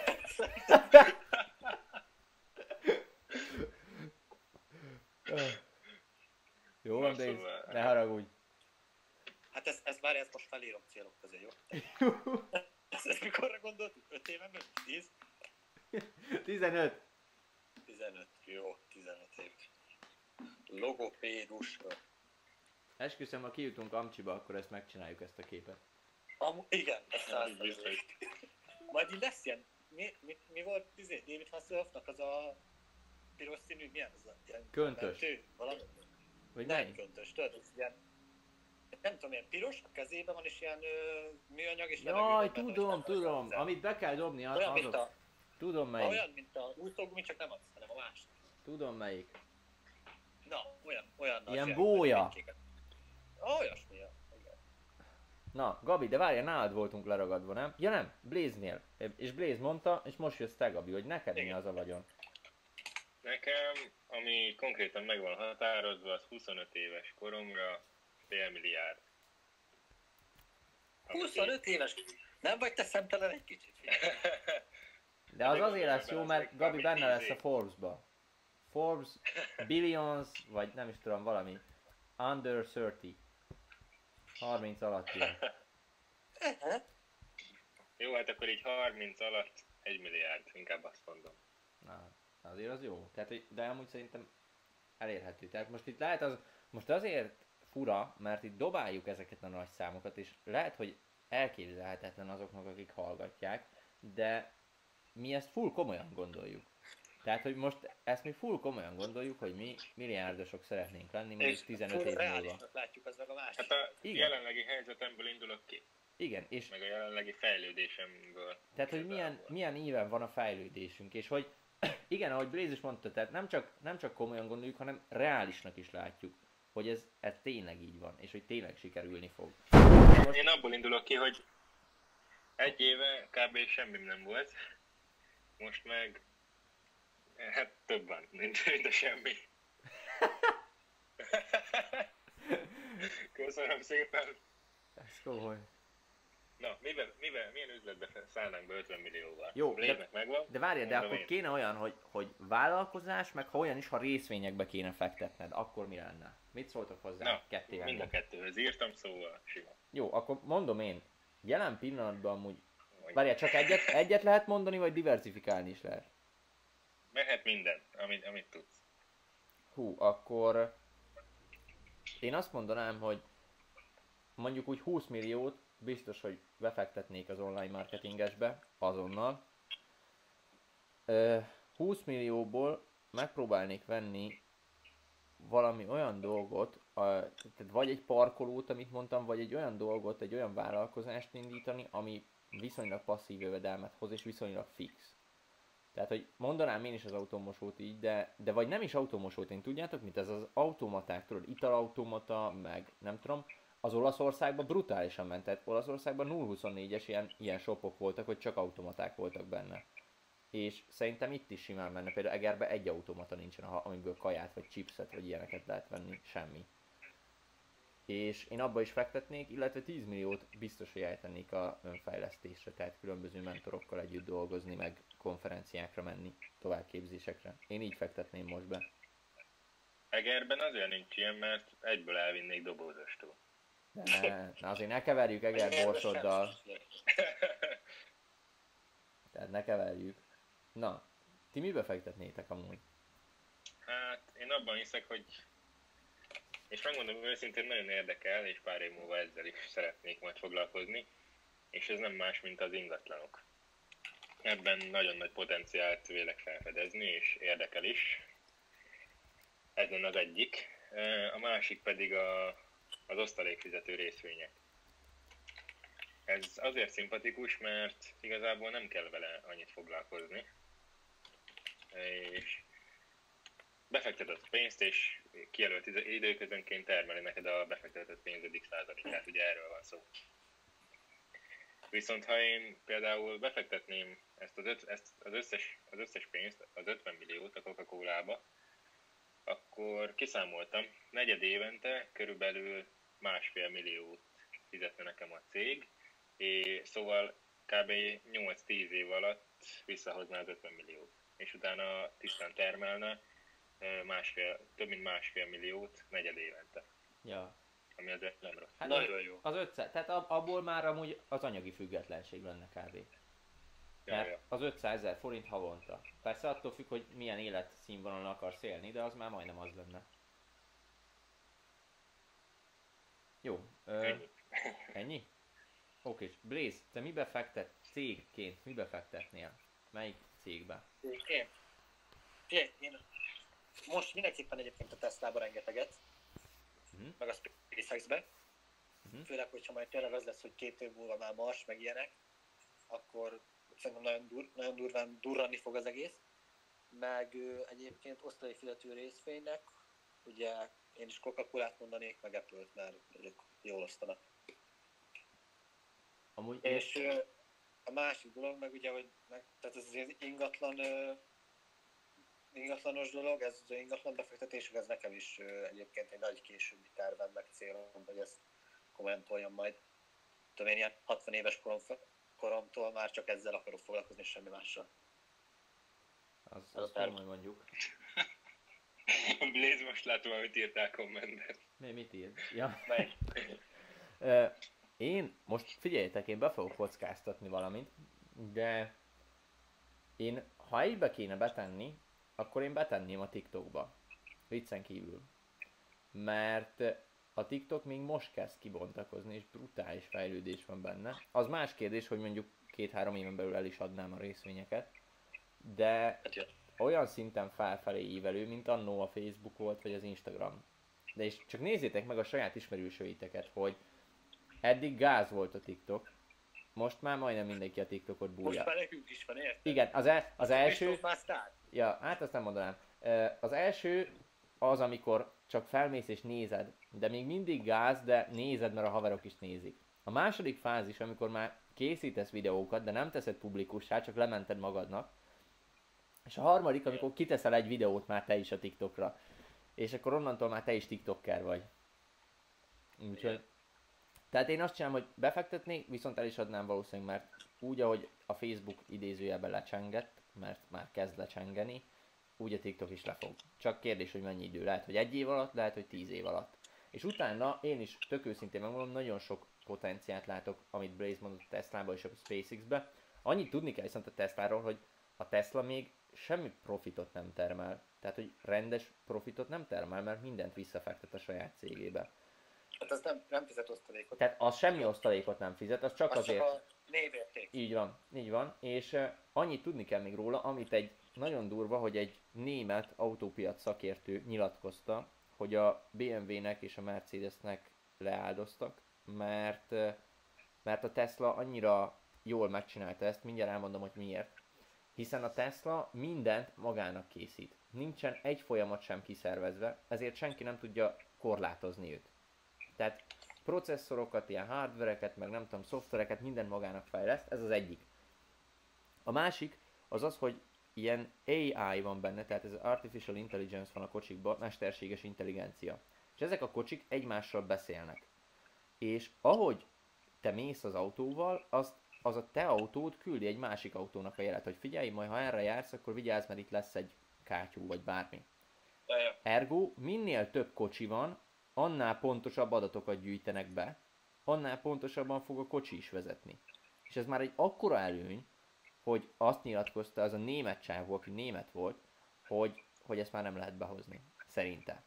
[SPEAKER 1] Jó van, Blaze, ne haragudj.
[SPEAKER 2] hát ez, ez már ezt most felírom célok közé, jó? Ezt, ezt mikorra gondoltuk? öt éven belül? tíz?
[SPEAKER 1] tizenöt.
[SPEAKER 2] tizenöt. Jó, tizenöt év. Logopédus.
[SPEAKER 1] Esküszöm, ha kijutunk Amcsiba, akkor ezt megcsináljuk, ezt a képet.
[SPEAKER 2] Am, igen, ez száz
[SPEAKER 3] így biztos.
[SPEAKER 2] százalék. Majd így lesz ilyen, mi, mi, mi volt izé, David Hasselhoffnak az a piros színű, milyen az a ilyen
[SPEAKER 1] Köntös.
[SPEAKER 2] mentő, valami?
[SPEAKER 1] Vagy
[SPEAKER 2] Nem
[SPEAKER 1] melyik?
[SPEAKER 2] köntös, tudod, ez ilyen, nem tudom, ilyen piros, a kezében van, és ilyen ö, műanyag, és
[SPEAKER 1] Jaj,
[SPEAKER 2] levegőben benne, és
[SPEAKER 1] tudom,
[SPEAKER 2] nem
[SPEAKER 1] tudom,
[SPEAKER 2] hozzá.
[SPEAKER 1] amit be kell dobni, az-
[SPEAKER 2] Olyan, mint
[SPEAKER 1] azok.
[SPEAKER 2] a,
[SPEAKER 1] Tudom melyik.
[SPEAKER 2] olyan, mint a úszógumi, csak nem az, hanem a másik.
[SPEAKER 1] Tudom melyik.
[SPEAKER 2] Na, olyan, olyan nagy
[SPEAKER 1] Ilyen
[SPEAKER 2] ilyen
[SPEAKER 1] bója.
[SPEAKER 2] fénykéket. Olyasmi, ja, igen.
[SPEAKER 1] Na, Gabi, de várjál, nálad voltunk leragadva, nem? Ja nem, Blaze-nél. És Blaze mondta, és most jössz te, Gabi, hogy neked mi az a vagyon.
[SPEAKER 3] Nekem, ami konkrétan meg van határozva, az huszonöt éves koromra fél milliárd.
[SPEAKER 2] huszonöt éves? Nem vagy te szemtelen egy kicsit?
[SPEAKER 1] De az azért lesz jó, mert Gabi benne lesz a Forbes-ba. Forbes, Billions, vagy nem is tudom, valami. Under harminc. harminc alatt jön.
[SPEAKER 3] Jó, hát akkor így harminc alatt egy milliárd, inkább azt mondom.
[SPEAKER 1] Na, azért az jó. Tehát, hogy, de amúgy szerintem elérhető. Tehát most itt lehet az, most azért fura, mert itt dobáljuk ezeket a nagy számokat, és lehet, hogy elképzelhetetlen azoknak, akik hallgatják, de mi ezt full komolyan gondoljuk. Tehát, hogy most ezt mi full komolyan gondoljuk, hogy mi milliárdosok szeretnénk lenni, mondjuk tizenöt év múlva.
[SPEAKER 2] Látjuk, az meg a másik.
[SPEAKER 3] Hát a
[SPEAKER 1] Igen.
[SPEAKER 3] jelenlegi helyzetemből indulok ki.
[SPEAKER 1] Igen, és
[SPEAKER 3] Meg a jelenlegi fejlődésemből.
[SPEAKER 1] tehát, hogy milyen, milyen éven van a fejlődésünk, és hogy igen, ahogy Blaze is mondta, tehát nem csak, nem csak komolyan gondoljuk, hanem reálisnak is látjuk, hogy ez, ez tényleg így van, és hogy tényleg sikerülni fog.
[SPEAKER 3] Most... Én abból indulok ki, hogy egy éve kb. Semmi nem volt, most meg hát több van, mint, mint a semmi. Köszönöm szépen!
[SPEAKER 1] Ez komoly.
[SPEAKER 3] Na, mivel, mivel, milyen üzletbe szállnánk be ötven millióval?
[SPEAKER 1] Jó,
[SPEAKER 3] Lévnek
[SPEAKER 1] de,
[SPEAKER 3] megvan,
[SPEAKER 1] de várjál, de
[SPEAKER 3] mondom
[SPEAKER 1] akkor
[SPEAKER 3] én.
[SPEAKER 1] kéne olyan, hogy, hogy vállalkozás, meg ha olyan is, ha részvényekbe kéne fektetned, akkor mi lenne? Mit szóltok hozzá?
[SPEAKER 3] Na,
[SPEAKER 1] kettével?
[SPEAKER 3] mind a kettőhöz írtam, szóval sima.
[SPEAKER 1] Jó, akkor mondom én, jelen pillanatban amúgy, várjál, csak egyet, egyet lehet mondani, vagy diversifikálni is lehet?
[SPEAKER 3] Mehet minden, amit, amit tudsz.
[SPEAKER 1] Hú, akkor én azt mondanám, hogy mondjuk úgy húsz milliót biztos, hogy befektetnék az online marketingesbe azonnal. húsz millióból megpróbálnék venni valami olyan dolgot, a, tehát vagy egy parkolót, amit mondtam, vagy egy olyan dolgot, egy olyan vállalkozást indítani, ami viszonylag passzív jövedelmet hoz, és viszonylag fix. Tehát, hogy mondanám én is az automosót így, de, de vagy nem is automosót, én tudjátok mit? Ez az automaták, tudod, italautomata, meg nem tudom, az Olaszországban brutálisan ment, tehát Olaszországban nulla huszonnégyes ilyen, ilyen shopok voltak, hogy csak automaták voltak benne. És szerintem itt is simán menne, például Egerben egy automata nincsen, amiből kaját, vagy chipset, vagy ilyeneket lehet venni, semmi. És én abba is fektetnék, illetve tíz milliót biztos, hogy eltennék a önfejlesztésre, tehát különböző mentorokkal együtt dolgozni, meg konferenciákra menni, továbbképzésekre. Én így fektetném most be.
[SPEAKER 3] Egerben azért nincs ilyen, mert egyből elvinnék dobozostól.
[SPEAKER 1] De na azért ne keverjük Eger Borsoddal. Tehát ne keverjük. Na, ti mibe fektetnétek amúgy?
[SPEAKER 3] Hát én abban hiszek, hogy és megmondom őszintén, nagyon érdekel, és pár év múlva ezzel is szeretnék majd foglalkozni, és ez nem más, mint az ingatlanok. Ebben nagyon nagy potenciált vélek felfedezni, és érdekel is. Ez lenne az egyik. A másik pedig a, az osztalékfizető részvények. Ez azért szimpatikus, mert igazából nem kell vele annyit foglalkozni. És befektetett pénzt, és kijelölt időközönként termeli neked a befektetett pénzed x százalékát, ugye erről van szó. Viszont ha én például befektetném ezt az, öt, ezt az, összes, az összes pénzt, az ötven milliót a Coca-Colába, akkor kiszámoltam, negyed évente körülbelül másfél milliót fizetne nekem a cég, és szóval kb. nyolc-tíz év alatt visszahozná az ötven milliót, és utána tisztán termelne másfél, több mint másfél milliót negyed évente.
[SPEAKER 1] Ja.
[SPEAKER 3] Ami azért nem rossz.
[SPEAKER 1] Hát
[SPEAKER 2] nagyon jó.
[SPEAKER 1] Az ötszáz, tehát abból már amúgy az anyagi függetlenség lenne kb. Mert
[SPEAKER 3] Ja, ja.
[SPEAKER 1] az ötszázezer forint havonta. Persze attól függ, hogy milyen életszínvonalon akarsz élni, de az már majdnem az lenne. Jó. Ö,
[SPEAKER 3] Ennyi.
[SPEAKER 1] ennyi? Oké, és Blaze, te mibe fektet, cégként mibe fektetnél? Melyik cégbe?
[SPEAKER 2] Én? Figyelj, én most mindenképpen egyébként a Tesla-ba rengeteget,
[SPEAKER 1] Uh-huh.
[SPEAKER 2] meg a SpaceX-be.
[SPEAKER 1] Uh-huh.
[SPEAKER 2] Főleg, hogyha majd tényleg az lesz, hogy két év múlva már Mars, meg ilyenek, akkor szerintem nagyon, dur, nagyon durván durrani fog az egész. Meg ö, egyébként osztalékfizető részvénynek, ugye én is Coca-Colát mondanék, meg Apple-t, mert ők jól osztanak.
[SPEAKER 1] Amúgy
[SPEAKER 2] És ö, a másik dolog meg ugye, hogy meg, tehát ez az ingatlan, ö, ingatlanos dolog, ez az ingatlan befektetésük, ez nekem is ö, egyébként egy nagy későbbi tervem, meg célom, hogy ezt kommentoljam majd. Tudom én, ilyen hatvan éves korom, koromtól már csak ezzel akarok foglalkozni, semmi mással.
[SPEAKER 1] az, az
[SPEAKER 2] terv.
[SPEAKER 1] majd mondjuk.
[SPEAKER 3] Blaze, most látom, amit írtál kommentben.
[SPEAKER 1] Mi, mit ír? Ja.
[SPEAKER 2] Melyik?
[SPEAKER 1] Ö, én most figyeljetek, én be fogok kockáztatni valamit, de én, ha egybe kéne betenni, akkor én betenném a TikTokba. Viccen kívül. Mert a TikTok még most kezd kibontakozni, és brutális fejlődés van benne. Az más kérdés, hogy mondjuk két-három éven belül el is adnám a részvényeket, de
[SPEAKER 2] Hát, ja.
[SPEAKER 1] olyan szinten felfelé ívelő, mint annó a Facebook volt, vagy az Instagram. De és csak nézzétek meg a saját ismerősöiteket, hogy eddig gáz volt a TikTok, most már majdnem mindenki a TikTokot bújja.
[SPEAKER 2] Most már nekünk is van, érted?
[SPEAKER 1] Igen, az, el, az első...
[SPEAKER 2] Facebook már sztár.
[SPEAKER 1] Ja, hát azt nem mondanám. Ö, Az első az, amikor csak felmész és nézed, de még mindig gáz, de nézed, mert a haverok is nézik. A második fázis, amikor már készítesz videókat, de nem teszed publikussá, csak lemented magadnak. És a harmadik, amikor kiteszel egy videót már te is a TikTokra. És akkor onnantól már te is TikToker vagy. Úgyhogy... Tehát én azt csinálom, hogy befektetnék, viszont el is adnám valószínűleg, mert úgy, ahogy a Facebook idézőjelben lecsengett, mert már kezd lecsengeni, úgy a TikTok is lefog. Csak kérdés, hogy mennyi idő. Lehet, hogy egy év alatt, lehet, hogy tíz év alatt. És utána én is tök őszintén megmondom, nagyon sok potenciált látok, amit Blaze mondott a Teslába és a SpaceX-be. Annyit tudni kell viszont a Tesláról, hogy a Tesla még semmi profitot nem termel. Tehát, hogy rendes profitot nem termel, mert mindent visszafektet a saját cégébe.
[SPEAKER 2] Hát az nem, nem fizet osztalékot.
[SPEAKER 1] Tehát az semmi osztalékot nem fizet, az csak
[SPEAKER 2] Az
[SPEAKER 1] azért...
[SPEAKER 2] csak a névérték.
[SPEAKER 1] Így van, így van, és uh, annyit tudni kell még róla, amit egy nagyon durva, hogy egy német autópiac szakértő nyilatkozta, hogy a bé em vé-nek és a Mercedesnek leáldoztak, mert, uh, mert a Tesla annyira jól megcsinálta ezt, mindjárt elmondom, hogy miért. Hiszen a Tesla mindent magának készít. Nincsen egy folyamat sem kiszervezve, ezért senki nem tudja korlátozni őt. Tehát processzorokat, ilyen hardvereket, meg nem tudom, szoftvereket, mindent magának fejleszt, ez az egyik. A másik az az, hogy ilyen á i van benne, tehát ez az Artificial Intelligence van a kocsikban, mesterséges intelligencia. És ezek a kocsik egymással beszélnek. És ahogy te mész az autóval, az, az a te autód küldi egy másik autónak a jelet, hogy figyelj, majd ha erre jársz, akkor vigyázz, mert itt lesz egy kátyú, vagy bármi. Ergo, minél több kocsi van, annál pontosabb adatokat gyűjtenek be, annál pontosabban fog a kocsi is vezetni. És ez már egy akkora előny, hogy azt nyilatkozta az a német csávó, aki német volt, hogy, hogy ezt már nem lehet behozni. Szerinte.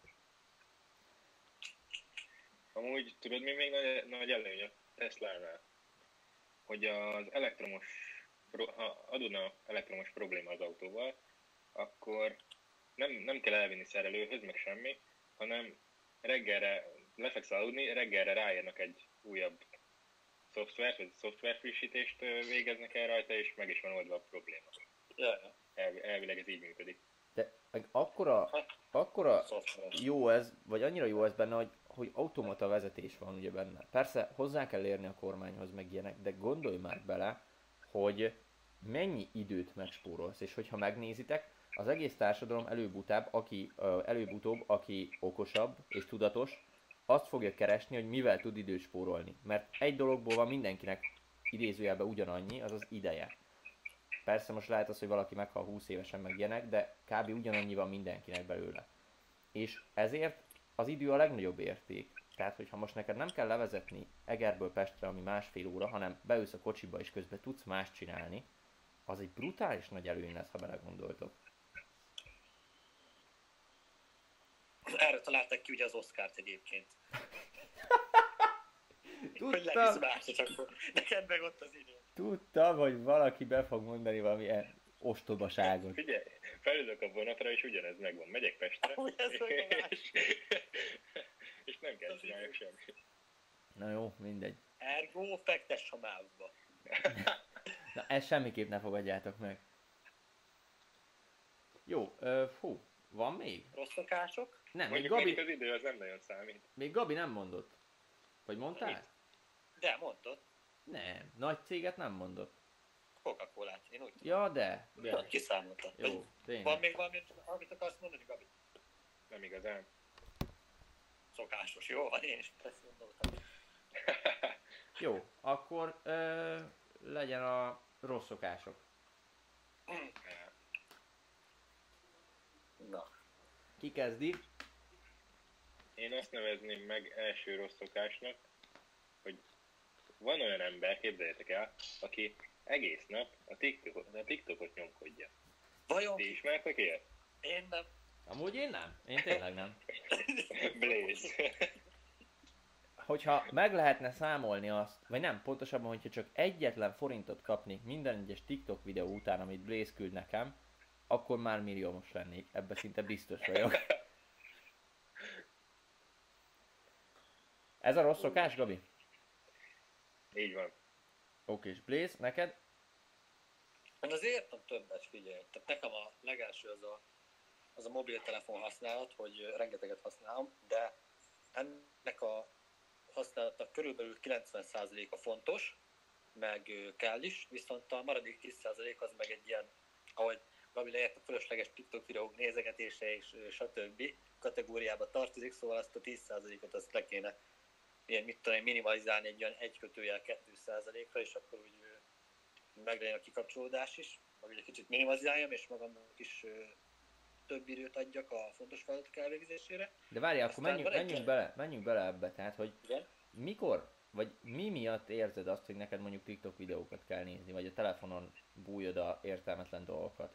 [SPEAKER 3] Amúgy tudod, mi még nagy, nagy előny a Tesla-nál? Hogy az elektromos, ha adódna elektromos probléma az autóval, akkor nem, nem kell elvinni szerelőhöz, meg semmi, hanem reggelre lefeksz aludni, reggelre ráérnek egy újabb szoftvert, vagy szoftverfrissítést végeznek el rajta, és meg is van oldva a probléma.
[SPEAKER 2] Ja, ja.
[SPEAKER 3] Elv, elvileg ez így működik.
[SPEAKER 1] De akkora, akkora jó ez, vagy annyira jó ez benne, hogy, hogy automata vezetés van ugye benne. Persze hozzá kell érni a kormányhoz meg ilyenek, de gondolj már bele, hogy mennyi időt megspórolsz, és hogyha megnézitek, az egész társadalom előbb-utább, aki, előbb-utóbb, aki okosabb és tudatos, azt fogja keresni, hogy mivel tud időt spórolni. Mert egy dologból van mindenkinek idézőjelben ugyanannyi, az az ideje. Persze most lehet az, hogy valaki meghal húsz évesen meg ilyenek, de kb. Ugyanannyi van mindenkinek belőle. És ezért az idő a legnagyobb érték. Tehát, hogyha most neked nem kell levezetni Egerből Pestre, ami másfél óra, hanem beülsz a kocsiba és közben tudsz mást csinálni, az egy brutális nagy előny lesz, ha belegondoltok.
[SPEAKER 2] Erre találták ki ugye az Oscárt egyébként. Hogy
[SPEAKER 1] Tudtam,
[SPEAKER 2] levisz másra, csak neked meg ott az idő.
[SPEAKER 1] tudtam, hogy valaki be fog mondani valami e- ostobaságot.
[SPEAKER 3] Figyelj, felülök a vonatra, és ugyanez megvan. Megyek Pestre,
[SPEAKER 2] Úgy ez megvan.
[SPEAKER 3] és, és nem kell csináljak semmit.
[SPEAKER 1] Na jó, mindegy.
[SPEAKER 2] Ergo, fektess a mávba.
[SPEAKER 1] Na ezt semmiképp ne fogadjátok meg. Jó, ö, fú, van még?
[SPEAKER 2] Rossz szokások?
[SPEAKER 1] Nem, még
[SPEAKER 3] Mondjuk
[SPEAKER 1] Gabi,
[SPEAKER 3] nekik az idő az nem nagyon számít.
[SPEAKER 1] még Gabi nem mondott. Vagy mondtál?
[SPEAKER 2] De, mondtad.
[SPEAKER 1] Nem, nagy céget nem mondott.
[SPEAKER 2] Coca-Colát, én úgy tudom.
[SPEAKER 1] Ja, de. de.
[SPEAKER 2] Kiszámolta.
[SPEAKER 1] Jó, tényleg.
[SPEAKER 2] Van még valami, amit akarsz mondani, Gabi?
[SPEAKER 3] Nem igazán.
[SPEAKER 2] Szokásos, jó van, én is ezt gondoltam.
[SPEAKER 1] Jó, akkor ö, legyen a rossz szokások.
[SPEAKER 2] Na.
[SPEAKER 1] Ki kezdi?
[SPEAKER 3] Én azt nevezném meg első rossz szokásnak, hogy van olyan ember, képzeljétek el, aki egész nap a TikTokot, a TikTokot nyomkodja.
[SPEAKER 2] Vajon?
[SPEAKER 3] Ti ismertek ilyet?
[SPEAKER 2] Én nem.
[SPEAKER 1] Amúgy én nem. Én tényleg nem.
[SPEAKER 3] Blaze.
[SPEAKER 1] Hogyha meg lehetne számolni azt, vagy nem, pontosabban, hogyha csak egyetlen forintot kapnék minden egyes TikTok videó után, amit Blaze küld nekem, akkor már milliómos lennék. Ebben szinte biztos vagyok. Ez a rossz szokás, Gabi?
[SPEAKER 3] Így van.
[SPEAKER 1] Oké, és Blaze, neked?
[SPEAKER 2] Én azért értem többet, figyelj. Tehát nekem a legelső az a, az a mobiltelefon használat, hogy rengeteget használom, de ennek a használatnak körülbelül kilencven százaléka fontos, meg kell is, viszont a maradék tíz százalék az meg egy ilyen, ahogy Gabi leért a fölösleges TikTok videók nézegetése és stb. Kategóriába tartozik, szóval azt a tíz százalékot azt le kéne ilyen, mit tudom, minimalizálni egy olyan egy kötőjel kettő százalékra, és akkor úgy meglegyen a kikapcsolódás is, meg egy kicsit minimalizáljam, és magamnak is ö, több időt adjak a fontos feladatok elvégzésére.
[SPEAKER 1] De várjál, akkor
[SPEAKER 2] Aztán
[SPEAKER 1] menjünk,
[SPEAKER 2] van egy
[SPEAKER 1] menjünk,
[SPEAKER 2] ilyen-
[SPEAKER 1] bele, menjünk bele ebbe, tehát hogy
[SPEAKER 2] Igen?
[SPEAKER 1] mikor, vagy mi miatt érzed azt, hogy neked mondjuk TikTok videókat kell nézni, vagy a telefonon bújod a értelmetlen dolgokat?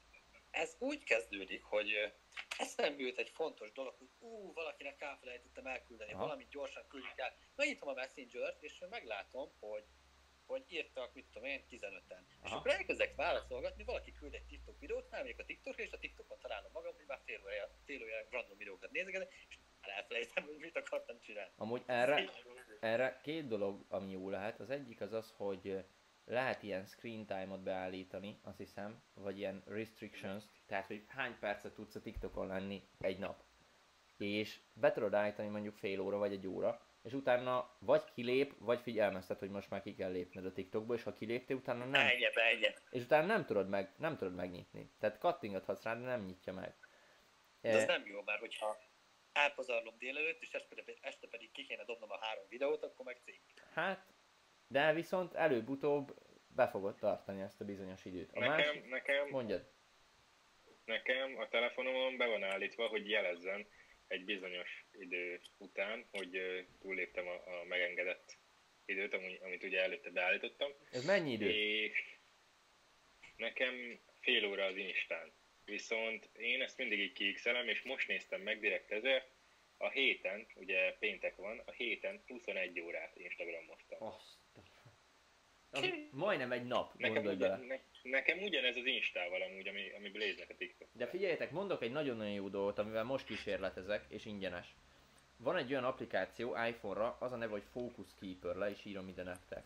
[SPEAKER 2] Ez úgy kezdődik, hogy ö, eszembe jut egy fontos dolog, hogy ú, valakinek elfelejtettem elküldeni,
[SPEAKER 1] Aha.
[SPEAKER 2] valamit gyorsan küldjük el. Megnyitom a Messenger-t, és meglátom, hogy hogy írtak, mit tudom én, tizenöten. És
[SPEAKER 1] Aha.
[SPEAKER 2] akkor elkezdek válaszolgatni, valaki küld egy TikTok videót, elmegyek a TikTokra, és a TikTokon találom magam, hogy már fél órája, fél órája random videókat nézegetek, és már elfelejtem, hogy mit akartam csinálni.
[SPEAKER 1] Amúgy erre, erre két dolog, ami jó lehet. Az egyik az az, hogy lehet ilyen screen time-ot beállítani, azt hiszem, vagy ilyen restrictions, tehát hogy hány percet tudsz a TikTokon lenni egy nap. És be tudod állítani mondjuk fél óra vagy egy óra, és utána vagy kilép, vagy figyelmeztet, hogy most már ki kell lépned a TikTokból, és ha kiléptél, utána nem.
[SPEAKER 2] Ennyi, ennyi.
[SPEAKER 1] És utána nem tudod, meg, nem tudod megnyitni. Tehát kattingathatsz rá, de nem nyitja meg.
[SPEAKER 2] De az
[SPEAKER 1] E,
[SPEAKER 2] nem jó, mert hogyha elpazarlom délelőtt, és este pedig, este pedig ki kéne dobnom a három videót, akkor meg cég.
[SPEAKER 1] hát, de viszont előbb-utóbb be fogod tartani ezt a bizonyos időt. A
[SPEAKER 3] Nekem,
[SPEAKER 1] másik,
[SPEAKER 3] nekem,
[SPEAKER 1] mondjad.
[SPEAKER 3] nekem a telefonomon be van állítva, hogy jelezzen egy bizonyos idő után, hogy ö, túlléptem a, a megengedett időt, ami, amit ugye előtte beállítottam.
[SPEAKER 1] Ez mennyi idő?
[SPEAKER 3] És nekem fél óra az Instán. Viszont én ezt mindig így kiixelem, és most néztem meg direkt ezért, a héten, ugye péntek van, a héten huszonegy órát Instagramoztam.
[SPEAKER 1] Azt. Az majdnem egy nap,
[SPEAKER 3] Nekem,
[SPEAKER 1] gondolj
[SPEAKER 3] ugyan,
[SPEAKER 1] bele.
[SPEAKER 3] ne, nekem ugyanez az Instával amúgy, ami, ami Blaze-nek a TikTok.
[SPEAKER 1] De figyeljetek, mondok egy nagyon-nagyon jó dolgot, amivel most kísérletezek, és ingyenes. Van egy olyan applikáció iPhone-ra, az a neve, hogy Focus Keeper, le is írom ide nektek.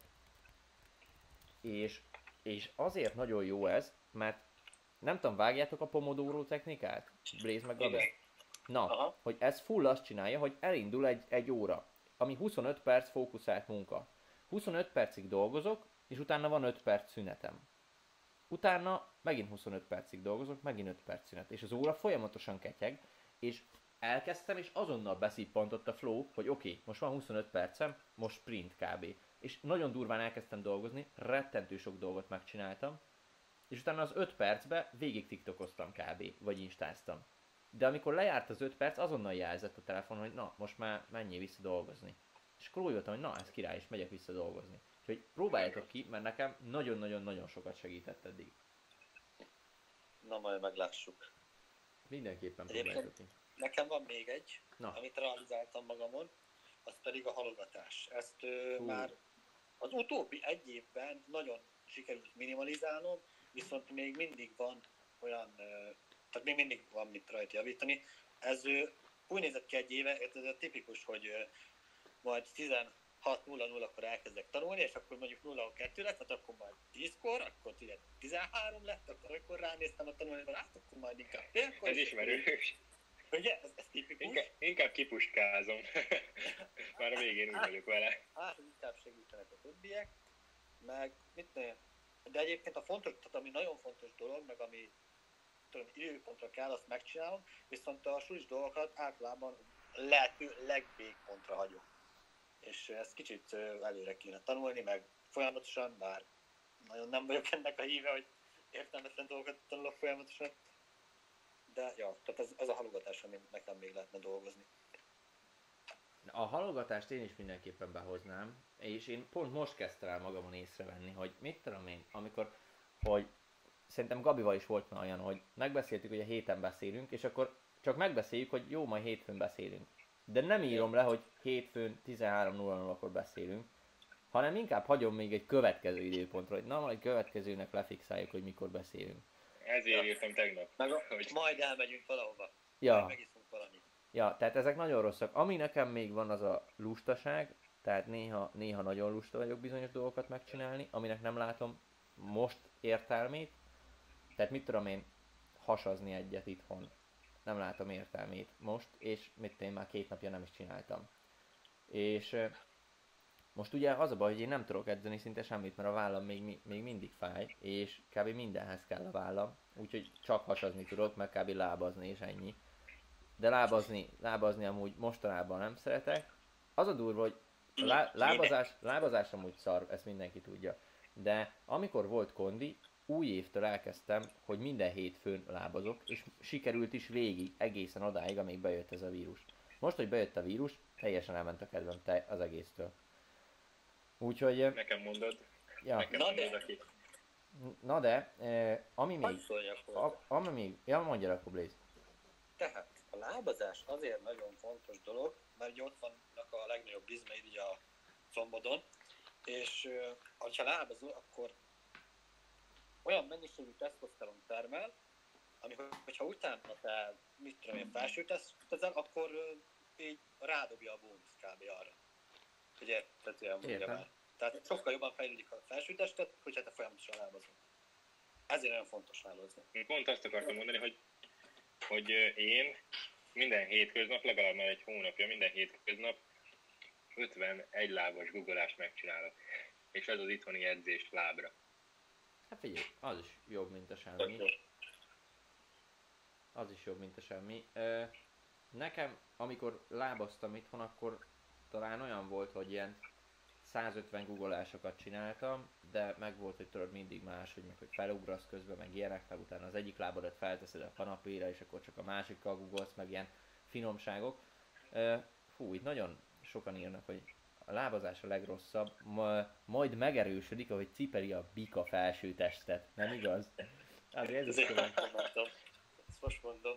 [SPEAKER 1] És, és azért nagyon jó ez, mert nem tudom, vágjátok a Pomodoro technikát? Blaze meg Gabi?
[SPEAKER 2] Igen.
[SPEAKER 1] Na,
[SPEAKER 2] Aha.
[SPEAKER 1] hogy ez full azt csinálja, hogy elindul egy, egy óra, ami huszonöt perc fókuszált munka. huszonöt percig dolgozok, és utána van öt perc szünetem. Utána megint huszonöt percig dolgozok, megint öt perc szünet. És az óra folyamatosan ketyeg, és elkezdtem, és azonnal beszippantott a flow, hogy oké, okay, most van huszonöt percem, most sprint kb. És nagyon durván elkezdtem dolgozni, rettentő sok dolgot megcsináltam, és utána az öt percbe végig tiktokoztam kb. Vagy instáztam. De amikor lejárt az öt perc, azonnal jelzett a telefon, hogy na, most már menjél vissza dolgozni. És akkor úgy voltam, hogy na, ez király, és megyek vissza dolgozni. Úgyhogy próbáljátok ki, mert nekem nagyon-nagyon-nagyon sokat segített eddig.
[SPEAKER 2] Na, majd meglássuk.
[SPEAKER 1] Mindenképpen
[SPEAKER 2] Egyébként-
[SPEAKER 1] próbáljátok ki.
[SPEAKER 2] Nekem van még egy,
[SPEAKER 1] Na,
[SPEAKER 2] amit realizáltam magamon, az pedig a halogatás. Ezt ö,
[SPEAKER 1] Hú.
[SPEAKER 2] már az utóbbi egy évben nagyon sikerült minimalizálnom, viszont még mindig van olyan, ö, tehát még mindig van mit rajta javítani. Ez ö, úgy nézett ki egy éve, ez a tipikus, hogy ö, majd tizenhat nulla nulla-kor elkezdek tanulni, és akkor mondjuk nulla kettő lett, hát akkor majd tízkor, akkor ugye tizenhárom lett, akkor amikor ránéztem a tanulmányban, hát akkor majd inkább félkor.
[SPEAKER 3] Ez
[SPEAKER 2] és
[SPEAKER 3] ismerős.
[SPEAKER 2] Ugye, ez, ez tipikus.
[SPEAKER 3] Inkább, inkább kipustkázom. Már a végén úgy vagyok vele.
[SPEAKER 2] Hát, inkább segítenek a többiek. meg mit tudom, de egyébként a fontos, tehát ami nagyon fontos dolog, meg ami tudom, időpontra kell, azt megcsinálom, viszont a sulis dolgokat általában lehető legvégpontra hagyom. És ezt kicsit előre kéne tanulni, meg folyamatosan, bár nagyon nem vagyok ennek a híve, hogy értelmetlen dolgokat tanulok folyamatosan. De ja, tehát ez, ez a halogatás, ami nekem még lehetne dolgozni.
[SPEAKER 1] A halogatást én is mindenképpen behoznám, és én pont most kezdtem el magamon észrevenni, hogy mit tudom én, amikor, hogy szerintem Gabival is volt már olyan, hogy megbeszéltük, hogy a héten beszélünk, és akkor csak megbeszéljük, hogy jó, majd hétfőn beszélünk. De nem írom le, hogy hétfőn tizenhárom nulla nulla-kor beszélünk, hanem inkább hagyom még egy következő időpontra, hogy na, majd következőnek lefixáljuk, hogy mikor beszélünk.
[SPEAKER 3] Ezért írtam tegnap.
[SPEAKER 2] Meg a,
[SPEAKER 3] hogy...
[SPEAKER 2] majd elmegyünk valahova,
[SPEAKER 1] Ja.
[SPEAKER 2] majd megiszunk valamit.
[SPEAKER 1] Ja, tehát ezek nagyon rosszak. Ami nekem még van, az a lustaság, tehát néha, néha nagyon lusta vagyok bizonyos dolgokat megcsinálni, aminek nem látom most értelmét. Tehát mit tudom én, hasazni egyet itthon. Nem látom értelmét most, és mit én már két napja nem is csináltam. És most ugye az a baj, hogy én nem tudok edzeni szinte semmit, mert a vállam még, még mindig fáj, és kb. Mindenhez kell a vállam, úgyhogy csak hasazni tudok, meg kb. Lábazni, és ennyi. De lábazni, lábazni amúgy mostanában nem szeretek. Az a durva, hogy a lá, lábazás, lábazás amúgy szar, ezt mindenki tudja. De amikor volt kondi, új évtől elkezdtem, hogy minden hétfőn lábazok, és sikerült is végig, egészen odáig, amíg bejött ez a vírus. Most, hogy bejött a vírus, teljesen elment a kedvem te az egésztől. Úgyhogy...
[SPEAKER 3] Nekem mondod.
[SPEAKER 1] Ja.
[SPEAKER 3] Nekem
[SPEAKER 2] Na
[SPEAKER 3] mondod,
[SPEAKER 2] de.
[SPEAKER 3] aki...
[SPEAKER 1] Na de, eh, ami még...
[SPEAKER 2] A,
[SPEAKER 1] ami még... Ja, mondja akkor, Blaze.
[SPEAKER 2] Tehát a lábazás azért nagyon fontos dolog, mert ugye ott vannak a legnagyobb izmeid ugye a combodon, és ha lábazol, akkor olyan mennyiségű tesztoszteron termel, ami, hogyha utána te, mit tudom én, felsőtesztezel, akkor így rádobja a bónusz kb. Arra. Ugye, tehát olyan mondja már. Tehát sokkal jobban fejlődik a felsőtestet, hogyha te folyamatosan lábazol. Ezért nagyon fontos lábazni.
[SPEAKER 3] Pont azt akartam mondani, hogy, hogy én minden hétköznap, legalább már egy hónapja, minden hétköznap ötvenegy lábas guggolást megcsinálok. És ez az itthoni edzés lábra.
[SPEAKER 1] Hát figyelj, az is jobb, mint a semmi. Az is jobb, mint a semmi. Ö, nekem, amikor lábaztam itthon, akkor talán olyan volt, hogy ilyen százötven guggolásokat csináltam, de meg volt, hogy tudod mindig más, hogy meg hogy felugrasz közben, meg ilyenek, meg utána az egyik lábadat felteszed a kanapéra, és akkor csak a másikkal guggolsz, meg ilyen finomságok. Ö, fú, itt nagyon sokan írnak, hogy a lábazás a legrosszabb, Ma, majd megerősödik, ahogy cipeli a bika felső testet. Nem igaz?
[SPEAKER 2] Azért ez is mondom. Ezt most mondom.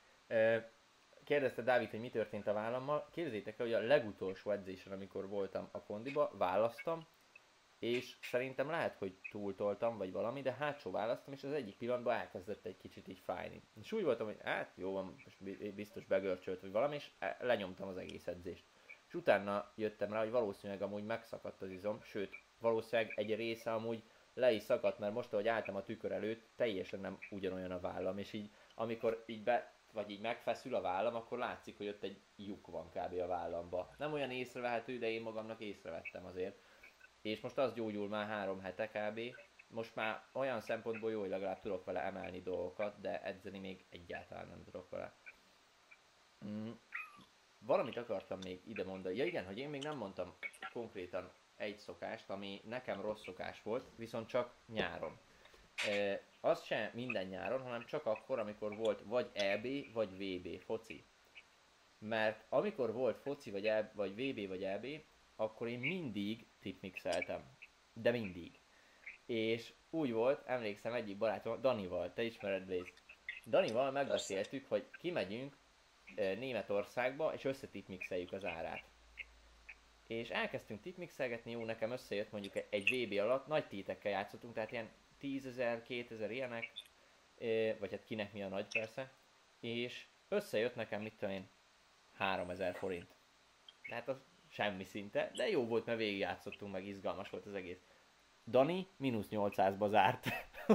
[SPEAKER 1] Kérdezte Dávid, hogy mi történt a vállammal. Képzeljétek el, hogy a legutolsó edzésen, amikor voltam a kondiba, választam, és szerintem lehet, hogy túltoltam, vagy valami, de hátsó választam, és az egyik pillanatban elkezdett egy kicsit így fájni. És úgy voltam, hogy hát jó van, most biztos begörcsölt, vagy valami, és lenyomtam az egész edzést. És utána jöttem rá, hogy valószínűleg amúgy megszakadt az izom, sőt, valószínűleg egy része amúgy le is szakadt, mert most, ahogy álltam a tükör előtt, teljesen nem ugyanolyan a vállam, és így, amikor így be, vagy így megfeszül a vállam, akkor látszik, hogy ott egy lyuk van kb. A vállamba. Nem olyan észrevehető, de én magamnak észrevettem azért. És most az gyógyul már három hete kb. Most már olyan szempontból jó, hogy legalább tudok vele emelni dolgokat, de edzeni még egyáltalán nem tudok vele. Mm. Valamit akartam még ide mondani. Ja igen, hogy én még nem mondtam konkrétan egy szokást, ami nekem rossz szokás volt, viszont csak nyáron. E, az sem minden nyáron, hanem csak akkor, amikor volt vagy é bé, vagy vé bé foci. Mert amikor volt foci, vagy, E, vagy vé bé, vagy é bé, akkor én mindig tipmixeltem. De mindig. És úgy volt, emlékszem egyik barátom, Danival, te ismered Blaze. Danival megbeszéltük, hogy kimegyünk Németországba, és összetipmixeljük az árát. És elkezdtünk tipmixelgetni, jó, nekem összejött mondjuk egy vé bé alatt, nagy tétekkel játszottunk, tehát ilyen tízezer, kétezer ilyenek, vagy hát kinek mi a nagy persze, és összejött nekem, mit tudom én, háromezer forint. Tehát az semmi szinte, de jó volt, mert végigjátszottunk, meg izgalmas volt az egész. Dani mínusz nyolcszázba zárt.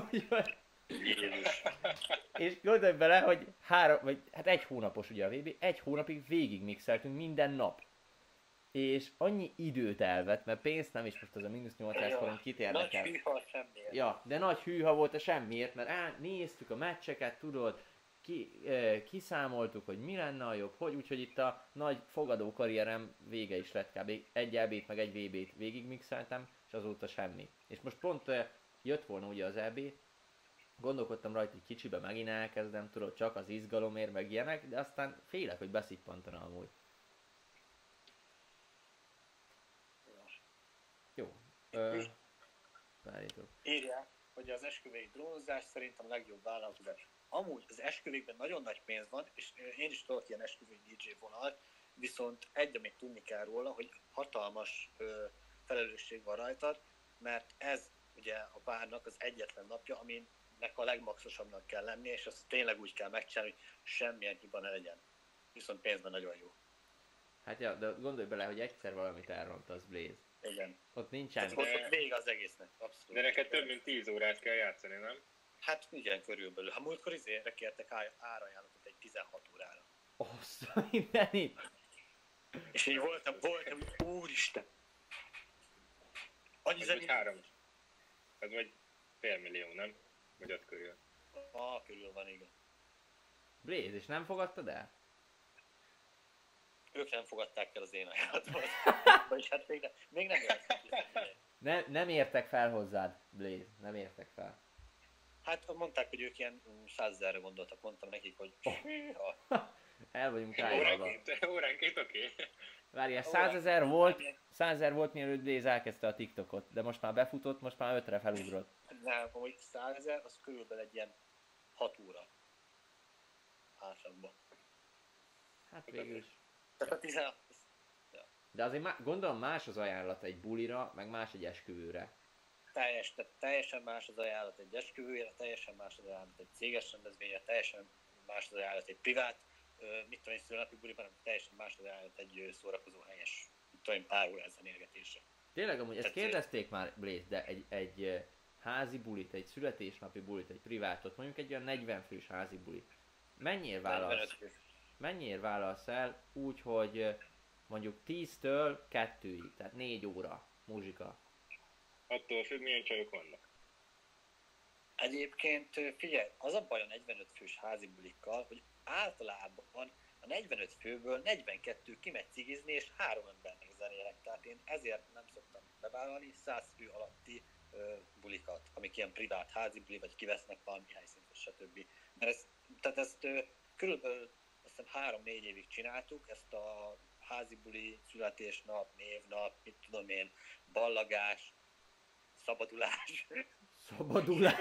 [SPEAKER 1] És gondolj bele, hogy három, vagy hát egy hónapos ugye a vé bé, egy hónapig végig mixeltünk minden nap. és annyi időt elvett, mert pénzt nem is, most az a mínusz nyolcszáz forint kit érdekel.
[SPEAKER 2] Nagy hűha semmiért.
[SPEAKER 1] Ja, de nagy hűha volt a semmiért, mert á, néztük a meccseket, tudod, ki, eh, kiszámoltuk, hogy mi lenne a jobb, hogy úgyhogy itt a nagy fogadó karrierem vége is lett kb. Egy é bét meg egy vé bét végigmixeltem, és azóta semmi. És most pont eh, jött volna ugye az é bé, gondolkodtam rajta, hogy kicsibe megint elkezdem, tudod, csak az izgalomért, meg ilyenek, de aztán félek, hogy beszippantana amúgy. Jó. Ö, várjátok.
[SPEAKER 2] Írják, hogy az esküvői drónozás szerintem a legjobb vállalkozás. Amúgy az esküvőkben nagyon nagy pénz van, és én is tudok ilyen esküvői dé dzsé vonalat, viszont egy, amit tudni kell róla, hogy hatalmas ö, felelősség van rajtad, mert ez ugye a párnak az egyetlen napja, aminek a legmaxosabbnak kell lennie, és azt tényleg úgy kell megcsinálni, hogy semmilyen hiba ne legyen. Viszont pénzben nagyon jó.
[SPEAKER 1] Hát ja, de gondolj bele, hogy egyszer valamit elrontasz, Blaze.
[SPEAKER 2] Igen.
[SPEAKER 1] Ott nincsen.
[SPEAKER 2] Tehát ott, ott vége az egésznek, abszolút.
[SPEAKER 3] De neked több mint tíz órát kell játszani, nem?
[SPEAKER 2] Hát igen, körülbelül. Ha múltkor izére kértek á- árajánlatot egy tizenhat órára.
[SPEAKER 1] Osz, mindenit!
[SPEAKER 2] És én voltam, voltam, hogy úristen! Annyi
[SPEAKER 3] Ez vagy
[SPEAKER 2] zenét...
[SPEAKER 3] három. Ez vagy fél millió, nem? Vagy ott körül.
[SPEAKER 2] Ah, körül van, igen.
[SPEAKER 1] Blaze, és nem fogadtad el?
[SPEAKER 2] Ők nem fogadták el az én ajánlatomat. Vagyis hát még, ne, még nem értek ki.
[SPEAKER 1] Ne, nem értek fel hozzád, Blaze, nem értek fel.
[SPEAKER 2] Hát mondták, hogy ők ilyen százezerre gondoltak, mondtam nekik, hogy hűha.
[SPEAKER 1] El vagyunk tájolva.
[SPEAKER 3] Óránként, óránként oké. Okay.
[SPEAKER 1] Várjál, százezer volt, százezer volt mielőtt Blaze elkezdte a TikTokot, de most már befutott, most már ötre felugrott.
[SPEAKER 2] Nem, hogy százezer, az körülbelül egy ilyen hat óra. Átlagban.
[SPEAKER 1] Hát végül is.
[SPEAKER 2] Tehát a tizenhat...
[SPEAKER 1] De azért má, gondolom más az ajánlat egy bulira, meg más egy esküvőre.
[SPEAKER 2] Teljes, tehát teljesen más az ajánlat egy esküvőjére, teljesen más az ajánlat egy céges rendezvényre, teljesen más az ajánlat egy privát, ö, mit tudom én, szülnapi buliban, teljesen más az ajánlat egy ö, szórakozó helyes, mit tudom én, pár órás zenélgetésre.
[SPEAKER 1] Tényleg amúgy, ezt
[SPEAKER 2] Tehát,
[SPEAKER 1] kérdezték már, Blaze, de egy, egy ö, házi bulit, egy születésnapi bulit, egy privátot, mondjuk egy olyan negyven fős házi bulit. Mennyire vállalsz, mennyire vállalsz el úgy, hogy ö, mondjuk tíztől kettőig, tehát négy óra muzsika?
[SPEAKER 3] Attól függ, milyen csajok vannak.
[SPEAKER 2] Egyébként ö, figyelj, az a baj a negyvenöt fős házi bulikkal, hogy általában a negyvenöt főből negyvenkettő kimegy cigizni, és három embernek zenélek. Tehát én ezért nem szoktam bevállalni száz fő alatti ö, bulikat, amik ilyen privát házi buli, vagy kivesznek valami helyszínt, stb. Mert ez, tehát ezt ö, körülbelül azt hiszem három-négy évig csináltuk, ezt a házi buli, születésnap, névnap, mit tudom én, ballagás, szabadulás.
[SPEAKER 1] Szabadulás!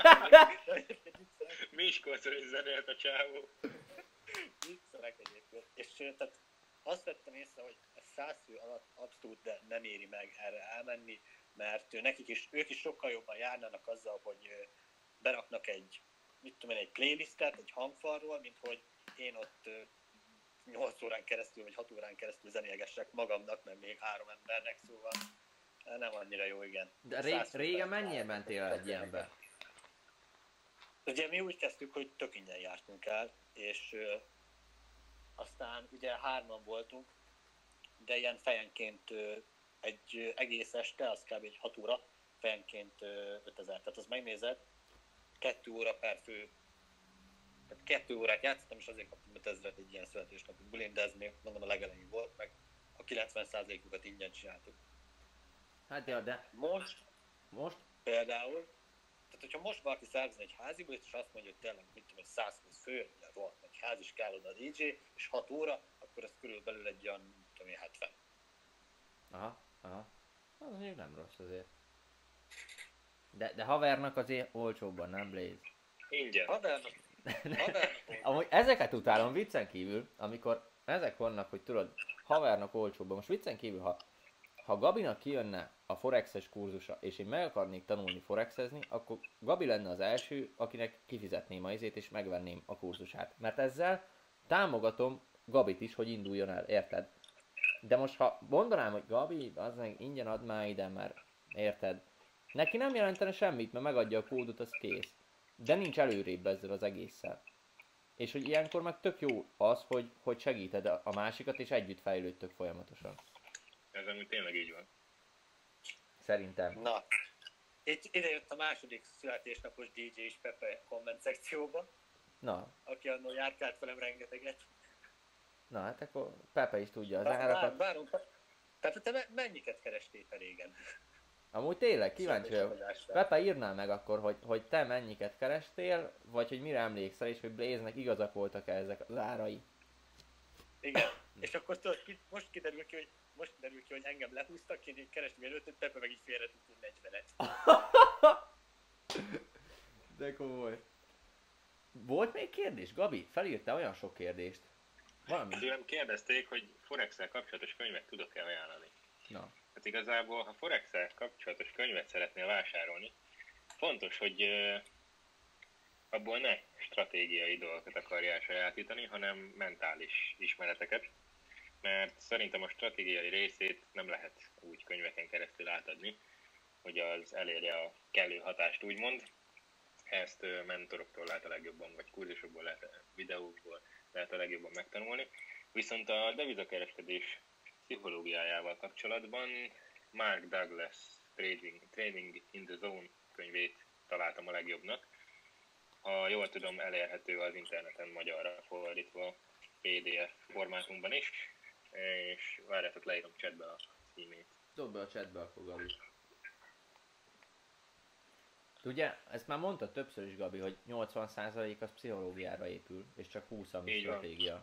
[SPEAKER 3] Miskolcon is zenélt a csávó.
[SPEAKER 2] Viccelek egyébként. És tehát azt vettem észre, hogy a száz fő alatt abszolút de nem éri meg erre elmenni, mert nekik is, ők is sokkal jobban járnának azzal, hogy beraknak egy, mit tudom én, egy playlistet, egy hangfalról, mint hogy én ott nyolc órán keresztül, vagy hat órán keresztül zenélgessek magamnak, mert még három embernek, szóval nem annyira jó, igen.
[SPEAKER 1] De ré, régen mennyire mentél el egy ilyenbe?
[SPEAKER 2] Ugye mi úgy kezdtük, hogy tök ingyen jártunk el, és ö, aztán ugye hárman voltunk, de ilyen fejenként ö, egy ö, egész este, az kb. Egy hat óra, fejenként ö, ötezer. Tehát azt megnézed, kettő óra per fő. Tehát kettő órát játszottam, és azért kaptam ötezret egy ilyen születésnapi bulin, de ez még mondom a legelején volt, meg a kilencven százalékukat ingyen csináltuk.
[SPEAKER 1] Hát ja, de
[SPEAKER 2] Most
[SPEAKER 1] most?
[SPEAKER 2] például, tehát hogyha most valaki szervezni egy házi bulit, és azt mondja, hogy tényleg, mit tudom, százhúsz fő, ugye rohadt nagy ház is kell oda a dé dzsé, és hat óra, akkor ez körülbelül egy olyan, mit tudom én, hetven.
[SPEAKER 1] Aha, aha. Az mondjuk nem rossz azért. De, de havernak azért olcsóbban, nem Blaze?
[SPEAKER 3] Ingyen.
[SPEAKER 2] Havernak, havernak,
[SPEAKER 1] Amúgy ezeket utálom viccen kívül, amikor ezek vannak, hogy tudod, havernak olcsóbban. Most viccen kívül, ha, ha Gabinak kijönne a forexes kurzusa, és én meg akarnék tanulni forexezni, akkor Gabi lenne az első, akinek kifizetném a izét, és megvenném a kurzusát. Mert ezzel támogatom Gabit is, hogy induljon el, érted? De most ha mondanám, hogy Gabi, az meg ingyen ad már ide, mert érted? Neki nem jelentene semmit, mert megadja a kódot, az kész. De nincs előrébb ezzel az egésszel. És hogy ilyenkor meg tök jó az, hogy, hogy segíted a másikat, és együtt fejlődtök folyamatosan.
[SPEAKER 3] ez amúgy tényleg így van.
[SPEAKER 1] Szerintem.
[SPEAKER 2] Na, itt ide jött a második születésnapos dé dzsé is Pepe komment szekcióba,
[SPEAKER 1] Na,
[SPEAKER 2] aki annól járkált velem rengeteget.
[SPEAKER 1] na hát akkor Pepe is tudja az
[SPEAKER 2] Vár-
[SPEAKER 1] árakat.
[SPEAKER 2] Várunk, Pepe, te me- mennyiket kerestél te régen?
[SPEAKER 1] Amúgy tényleg kíváncsi vagyok.
[SPEAKER 2] Születésnaposásra.
[SPEAKER 1] Pepe írnál meg akkor, hogy, hogy te mennyiket kerestél, vagy hogy mire emlékszel, és hogy Blaze-nek igazak voltak-e ezek az árai.
[SPEAKER 2] Igen, és akkor tudod, ki, most kiderül ki, hogy most kiderül ki, hogy engem lehúztak, én így kerestem előtt, Pepe meg így félre tudtunk negyvenet.
[SPEAKER 1] De komoly. Volt még kérdés? Gabi, felírtál olyan sok kérdést. Valami.
[SPEAKER 3] Tőlem kérdezték, hogy Forex-el kapcsolatos könyvet tudok-e ajánlani.
[SPEAKER 1] Na.
[SPEAKER 3] Hát igazából, ha Forex-el kapcsolatos könyvet szeretnél vásárolni, fontos, hogy uh, abból ne stratégiai dolgokat akarjál sajátítani, hanem mentális ismereteket. Mert szerintem a stratégiai részét nem lehet úgy könyveken keresztül átadni, hogy az elérje a kellő hatást, úgymond. Ezt uh, mentoroktól lehet a legjobban, vagy kurzusokból lehet, videókból lehet a legjobban megtanulni. Viszont a devizakereskedés pszichológiájával kapcsolatban Mark Douglas Trading, Trading in the Zone könyvét találtam a legjobbnak. Ha jól tudom, elérhető az interneten magyarra fordítva pé dé ef formátumban is, és várjátok, leírom chatbe a címét.
[SPEAKER 1] Dobd be a chatbe akkor, Gabi. Ugye, ezt már mondta többször is, Gabi, hogy nyolcvan százalék az pszichológiára épül, és csak húsz ami
[SPEAKER 3] Így van.
[SPEAKER 1] stratégia.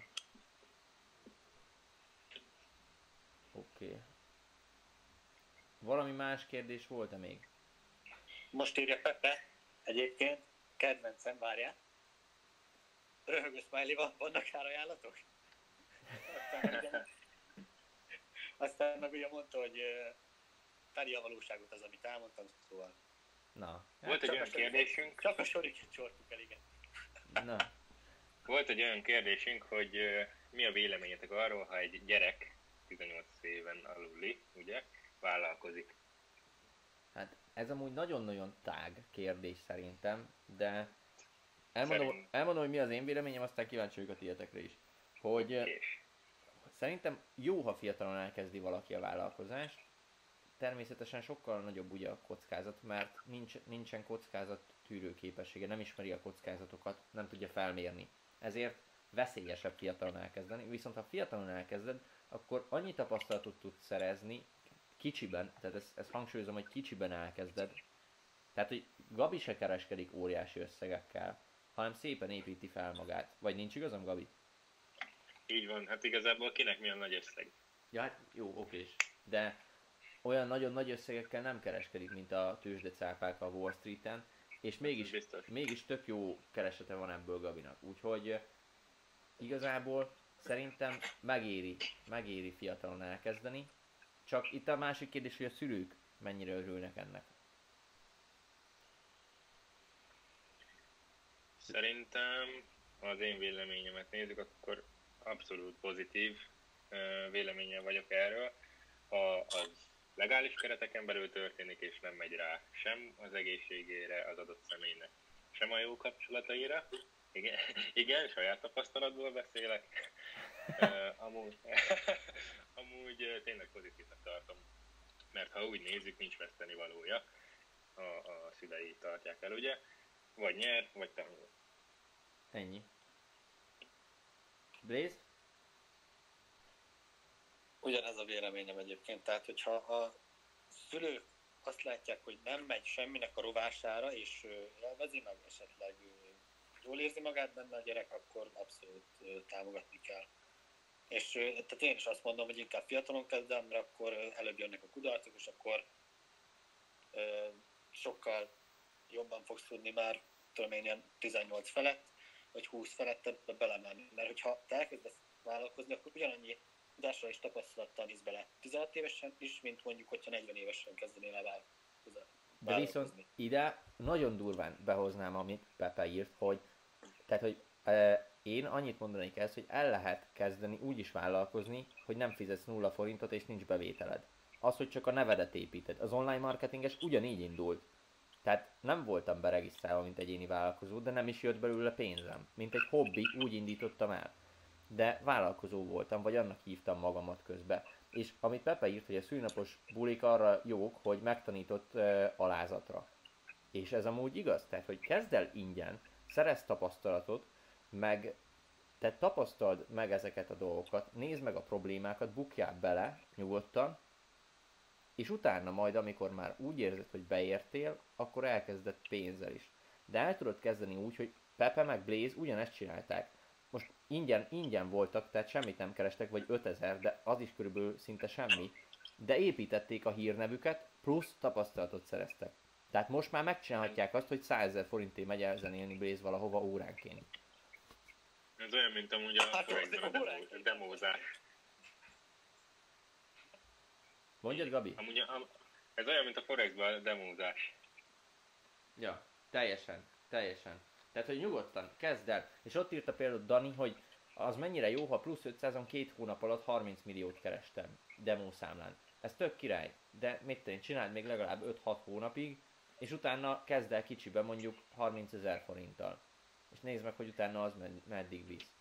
[SPEAKER 1] Oké. Okay. Valami más kérdés volt-e még?
[SPEAKER 2] Most írja Pepe, egyébként, kedvencem, várjál. Röhögő smiley van, vannak árajánlatok? Aztán, ugye, aztán meg ugye mondta, hogy uh, teli a valóságot az, amit elmondtam, szóval.
[SPEAKER 1] Na.
[SPEAKER 3] Volt egy
[SPEAKER 2] Csak
[SPEAKER 3] olyan
[SPEAKER 2] a soriket-
[SPEAKER 3] kérdésünk,
[SPEAKER 2] Csak a soriket csortuk el, igen.
[SPEAKER 1] Na.
[SPEAKER 3] volt egy olyan kérdésünk, hogy uh, mi a véleményetek arról, ha egy gyerek tizennyolc éven aluli, ugye, vállalkozik.
[SPEAKER 1] Hát ez amúgy nagyon-nagyon tág kérdés szerintem, de elmondom,
[SPEAKER 3] Szerint-
[SPEAKER 1] elmondom, hogy mi az én véleményem, aztán kíváncsi vagyok a tietekre is. Hogy eh,
[SPEAKER 3] És
[SPEAKER 1] szerintem jó, ha fiatalon elkezdi valaki a vállalkozást. Természetesen sokkal nagyobb ugye a kockázat, mert nincs, nincsen kockázat tűrő képessége, nem ismeri a kockázatokat, nem tudja felmérni. Ezért veszélyesebb fiatalon elkezdeni, viszont ha fiatalon elkezded, akkor annyi tapasztalatot tudsz szerezni kicsiben, tehát ezt, ezt hangsúlyozom, hogy kicsiben elkezded. Tehát, hogy Gabi se kereskedik óriási összegekkel, hanem szépen építi fel magát. Vagy nincs igazam, Gabi?
[SPEAKER 3] így van, hát igazából kinek milyen nagy összeg.
[SPEAKER 1] Ja, hát jó, okés. De olyan nagyon nagy összegekkel nem kereskedik, mint a tőzsdecápák a Wall Streeten, és mégis,
[SPEAKER 3] Biztos.
[SPEAKER 1] mégis tök jó keresete van ebből Gabinak. Úgyhogy eh, igazából szerintem megéri, megéri fiatalon elkezdeni. Csak itt a másik kérdés, hogy a szülők mennyire örülnek ennek.
[SPEAKER 3] Szerintem, ha az én véleményemet nézzük, akkor abszolút pozitív ö, véleménnyel vagyok erről. Ha az legális kereteken belül történik, és nem megy rá sem az egészségére az adott személynek, sem a jó kapcsolataira. Igen, igen, saját tapasztalatból beszélek. Ö, amúgy, amúgy ö, tényleg pozitívnak tartom, mert ha úgy nézzük, nincs veszteni valója. A, a szülei tartják el, ugye? Vagy nyer, vagy tanul.
[SPEAKER 1] Ennyi. Blaze?
[SPEAKER 2] Ugyanez a véleményem egyébként, tehát hogyha a szülők azt látják, hogy nem megy semminek a rovására, és ö, élvezi meg esetleg ö, jól érzi magát benne a gyerek, akkor abszolút ö, támogatni kell. És ö, tehát én is azt mondom, hogy inkább fiatalon kezdem, mert akkor ö, előbb jönnek a kudarcok, és akkor ö, sokkal jobban fogsz tudni már, tudom én, ilyen tizennyolc felett, vagy húsz felett ebbe belemenni. Mert hogyha te elkezdesz vállalkozni, akkor ugyanannyi tudásra és tapasztalattal mész bele tizenhat évesen is, mint mondjuk, hogyha negyven évesen kezdenél el vállalkozni.
[SPEAKER 1] De viszont ide nagyon durván behoznám, amit Pepe írt, hogy, tehát, hogy e, én annyit mondanék ezt, hogy el lehet kezdeni úgy is vállalkozni, hogy nem fizetsz nulla forintot és nincs bevételed. Az, hogy csak a nevedet építed. Az online marketinges ugyanígy indult. Tehát nem voltam beregisztrálva, mint egyéni vállalkozó, de nem is jött belőle pénzem. Mint egy hobbi, úgy indítottam el. de vállalkozó voltam, vagy annak hívtam magamat közbe. És amit Pepe írt, hogy a szülinapos bulik arra jók, hogy megtanított uh, alázatra. És ez amúgy igaz, tehát hogy kezd el ingyen, szerezz tapasztalatot, meg te tapasztald meg ezeket a dolgokat, nézd meg a problémákat, bukjál bele nyugodtan, és utána majd, amikor már úgy érzed, hogy beértél, akkor elkezded pénzzel is. De el tudod kezdeni úgy, hogy Pepe meg Blaze ugyanezt csinálták. Most ingyen, ingyen voltak, tehát semmit nem kerestek, vagy ötezer, de az is körülbelül szinte semmi. De építették a hírnevüket, plusz tapasztalatot szereztek. Tehát most már megcsinálhatják azt, hogy százezer forintért megy el zenélni Blaze valahova óránként.
[SPEAKER 3] Ez olyan, mint amúgy a Forexben a demózás.
[SPEAKER 1] Mondjad, Gabi?
[SPEAKER 3] Amúgy a, ez olyan, mint a Forexben a demózás.
[SPEAKER 1] Ja, teljesen, teljesen. Tehát, hogy nyugodtan, kezd el. És ott írta például Dani, hogy az mennyire jó, ha plusz ötszázon két hónap alatt harminc milliót kerestem demószámlán. Ez tök király, de mit tenni, csináld még legalább öt-hat hónapig, és utána kezd el kicsibe mondjuk harmincezer forinttal. És nézd meg, hogy utána az med- meddig visz.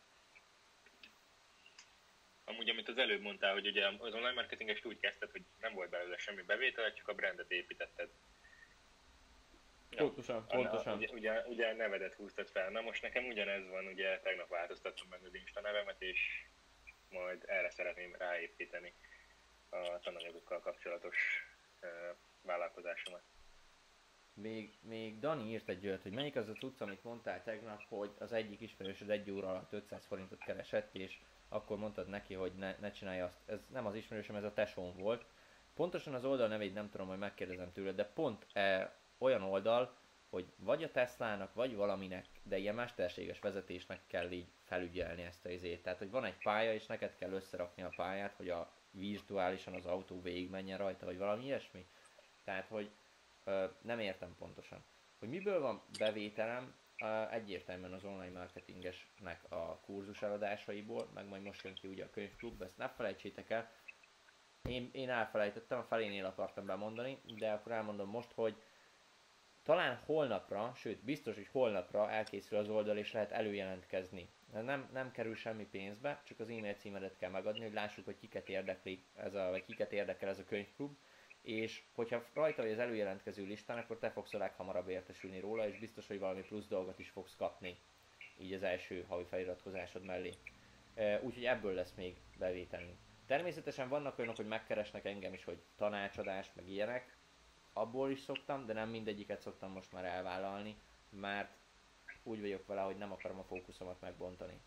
[SPEAKER 3] Amúgy, amit az előbb mondtál, hogy ugye az online marketingest úgy kezdted, hogy nem volt belőle semmi bevétel, csak a brandet építetted.
[SPEAKER 1] Pontosan, pontosan.
[SPEAKER 3] Ugye, ugye, ugye a nevedet húztad fel. Na most nekem ugyanez van, ugye tegnap változtattam meg az Insta nevemet, és majd erre szeretném ráépíteni a tananyagokkal kapcsolatos uh, vállalkozásomat.
[SPEAKER 1] Még, még Dani írt egy olyat, hogy melyik az a cucc, amit mondtál tegnap, hogy az egyik ismerősöd egy óra alatt ötszáz forintot keresett, és akkor mondtad neki, hogy ne, ne csinálja azt. Ez nem az ismerősöm, ez a tesóm volt. Pontosan az oldal nevét nem tudom, hogy megkérdezem tőle, de pont e, olyan oldal, hogy vagy a Teslának, vagy valaminek, de ilyen mesterséges vezetésnek kell így felügyelni ezt a izét. Tehát, hogy van egy pálya, és neked kell összerakni a pályát, hogy a virtuálisan az autó végig menjen rajta, vagy valami ilyesmi. Tehát, hogy ö, nem értem pontosan. Hogy miből van bevételem, ö, egyértelműen az online marketingesnek a kurzus eladásaiból, meg majd most jön ki ugye a könyvklub, ezt ne felejtsétek el. Én, én elfelejtettem, a felénél akartam bemondani, de akkor elmondom most, hogy talán holnapra, sőt biztos, hogy holnapra elkészül az oldal és lehet előjelentkezni. Nem, nem kerül semmi pénzbe, csak az e-mail címedet kell megadni, hogy lássuk, hogy kiket érdekli ez a, vagy kiket érdekel ez a könyvklub. És hogyha rajta vagy az előjelentkező listán, akkor te fogsz a leghamarabb értesülni róla, és biztos, hogy valami plusz dolgot is fogsz kapni. Így az első havi feliratkozásod mellé. Úgyhogy ebből lesz még bevételünk. Természetesen vannak olyanok, hogy megkeresnek engem is, hogy tanácsadás, meg ilyenek. Abból is szoktam, de nem mindegyiket szoktam most már elvállalni, mert úgy vagyok vele, hogy nem akarom a fókuszomat megbontani.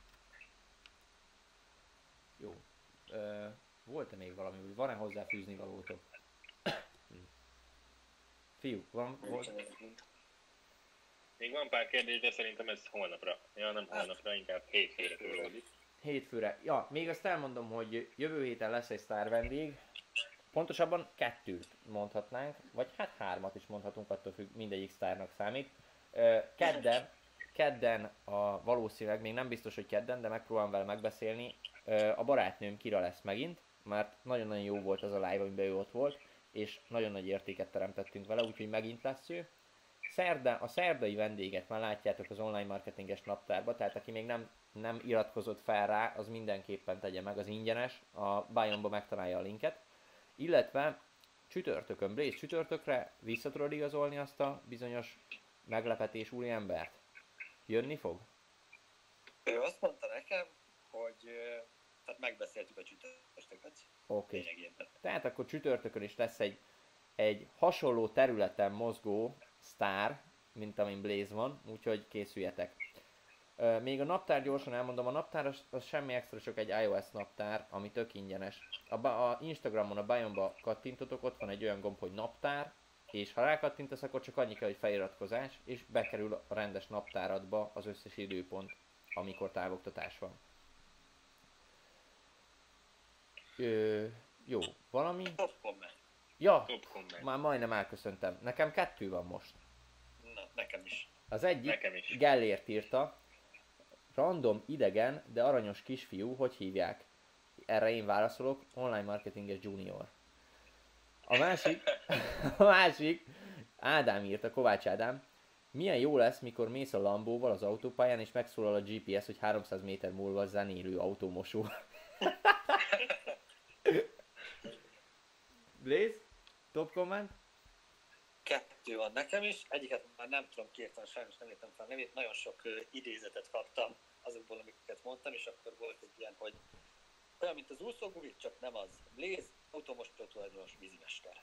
[SPEAKER 1] Jó. Ö, volt-e még valami, hogy van-e hozzáfűzni valótok? Fiú, van, volt?
[SPEAKER 3] Még van pár kérdés, de szerintem ez holnapra. Ja, nem holnapra, inkább hétfőre tolódik.
[SPEAKER 1] Hétfőre. Ja, még azt elmondom, hogy jövő héten lesz egy sztár vendég. Pontosabban kettőt mondhatnánk, vagy hát hármat is mondhatunk, attól függ, mindegyik sztárnak számít. Kedden, kedden a, valószínűleg, még nem biztos, hogy kedden, de megpróbálom vele megbeszélni, a barátnőm Kira lesz megint, mert nagyon-nagyon jó volt az a live, amiben ő ott volt, és nagyon nagy értéket teremtettünk vele, úgyhogy megint lesz ő. Szerda, a szerdai vendéget már látjátok az online marketinges naptárba, tehát aki még nem, nem iratkozott fel rá, az mindenképpen tegye meg, az ingyenes, a bio-ba megtalálja a linket. Illetve csütörtökön, Blaze, csütörtökre vissza tudod igazolni azt a bizonyos meglepetés úriembert? Jönni fog?
[SPEAKER 2] Ő azt mondta nekem, hogy tehát megbeszéltük a csütörtököt.
[SPEAKER 1] Oké. Okay. Tehát akkor csütörtökön is lesz egy, egy hasonló területen mozgó sztár, mint amin Blaze van, úgyhogy készüljetek. Még a naptár gyorsan elmondom, a naptár az, az semmi extra, csak egy iOS naptár, ami tök ingyenes. A, a Instagramon, a bio-ba kattintotok, ott van egy olyan gomb, hogy naptár, és ha rákattintasz, akkor csak annyi kell, hogy feliratkozás, és bekerül a rendes naptáradba az összes időpont, amikor távoktatás van. Ö, jó, valami?
[SPEAKER 2] Top comment.
[SPEAKER 1] Ja,
[SPEAKER 3] Top comment.
[SPEAKER 1] már majdnem elköszöntem. Nekem kettő van most.
[SPEAKER 2] Na, nekem is.
[SPEAKER 1] Az egyik
[SPEAKER 3] Nekem is.
[SPEAKER 1] Gellért írta, random idegen, de aranyos kisfiú, hogy hívják? Erre én válaszolok, online marketinges junior. A másik, a másik, Ádám írta, Kovács Ádám, Milyen jó lesz, mikor mész a Lambóval az autópályán, és megszólal a gé pé es, hogy háromszáz méter múlva zenélő autómosó. Blaze? Top comment?
[SPEAKER 2] Kettő van nekem is, egyiket már nem tudom kiérteni, sajnos nem értem fel a nevét, nagyon sok uh, idézetet kaptam azokból, amiket mondtam, és akkor volt egy ilyen, hogy olyan, mint az úszógumit, csak nem az. Blaze, automostó tulajdonos vízimester.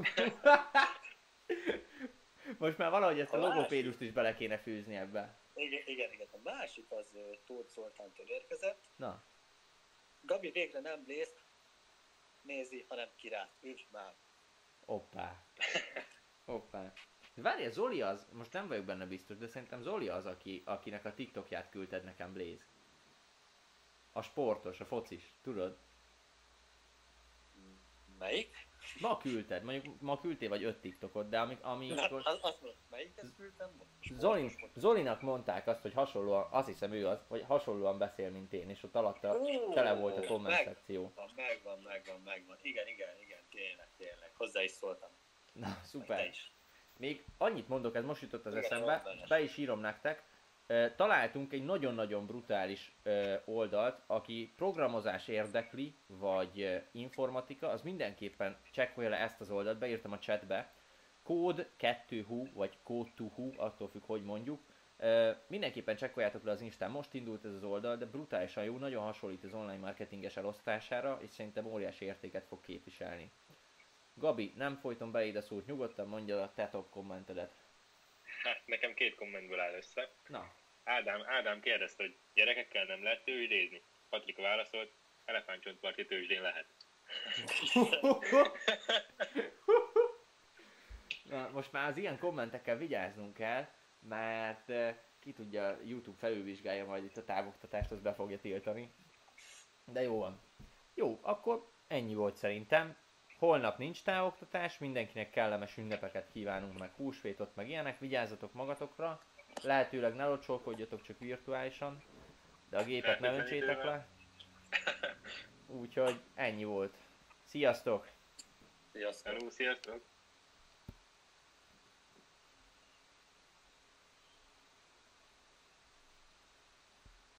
[SPEAKER 1] Most már valahogy ezt a,
[SPEAKER 2] A
[SPEAKER 1] logopédust is bele kéne fűzni ebbe.
[SPEAKER 2] Igen, igen, igen. A másik az uh, Tóth Zoltántól érkezett.
[SPEAKER 1] Na.
[SPEAKER 2] Gabi végre nem Blaze nézi, hanem Kirát. Ügy már.
[SPEAKER 1] Hoppá. Hoppá. Várj, Zoli az, most nem vagyok benne biztos, de szerintem Zoli az, aki, akinek a TikTokját küldted nekem, Blaze. A sportos, a focis, tudod?
[SPEAKER 2] Melyik?
[SPEAKER 1] Ma küldted, mondjuk ma küldtél vagy öt TikTokot, de amik, amikor...
[SPEAKER 2] Az, azt mondom, melyiket küldtem?
[SPEAKER 1] Zolin, Zolinak mondták azt, hogy hasonlóan, azt hiszem ő az, hogy hasonlóan beszél, mint én, és ott alatta
[SPEAKER 2] Ó,
[SPEAKER 1] tele volt a komment
[SPEAKER 2] meg-
[SPEAKER 1] szekció.
[SPEAKER 2] Megvan, megvan, megvan. Igen, igen, igen, tényleg, tényleg. Hozzá is szóltam.
[SPEAKER 1] Na,
[SPEAKER 2] Meg te
[SPEAKER 1] szuper.
[SPEAKER 2] is.
[SPEAKER 1] Még annyit mondok, ez most jutott az
[SPEAKER 2] Igen,
[SPEAKER 1] eszembe,
[SPEAKER 2] mondanos.
[SPEAKER 1] be is írom nektek. Ö, Találtunk egy nagyon-nagyon brutális ö, oldalt, aki programozás érdekli, vagy ö, informatika, az mindenképpen csekkolja le ezt az oldalt, beírtam a chatbe. Code kettő hú, vagy Code kettő hú, attól függ, hogy mondjuk. Ö, Mindenképpen csekkoljátok le az Instán, most indult ez az oldal, de brutálisan jó, nagyon hasonlít az online marketinges elosztására, és szerintem óriási értéket fog képviselni. Gabi, nem folyton beléd a szót, nyugodtan mondja a te top kommentedet.
[SPEAKER 3] Hát nekem két kommentből áll össze.
[SPEAKER 1] Na.
[SPEAKER 3] Ádám, Ádám kérdezte, hogy gyerekekkel nem lehet tőzsdézni. Patrika válaszolt, elefántcsontparti tőzsdén lehet.
[SPEAKER 1] Na, most már az ilyen kommentekkel vigyáznunk kell, mert eh, ki tudja, YouTube felülvizsgálja majd itt a távoktatást, az be fogja tiltani. De jó van. Jó, akkor ennyi volt szerintem. Holnap nincs távoktatás, mindenkinek kellemes ünnepeket kívánunk, meg húsvétot, meg ilyenek. Vigyázzatok magatokra. Lehetőleg ne locsolkodjatok csak virtuálisan, de a gépet ne öntsétek le. Úgyhogy ennyi volt. Sziasztok!
[SPEAKER 2] Sziasztok!
[SPEAKER 3] Hello, sziasztok!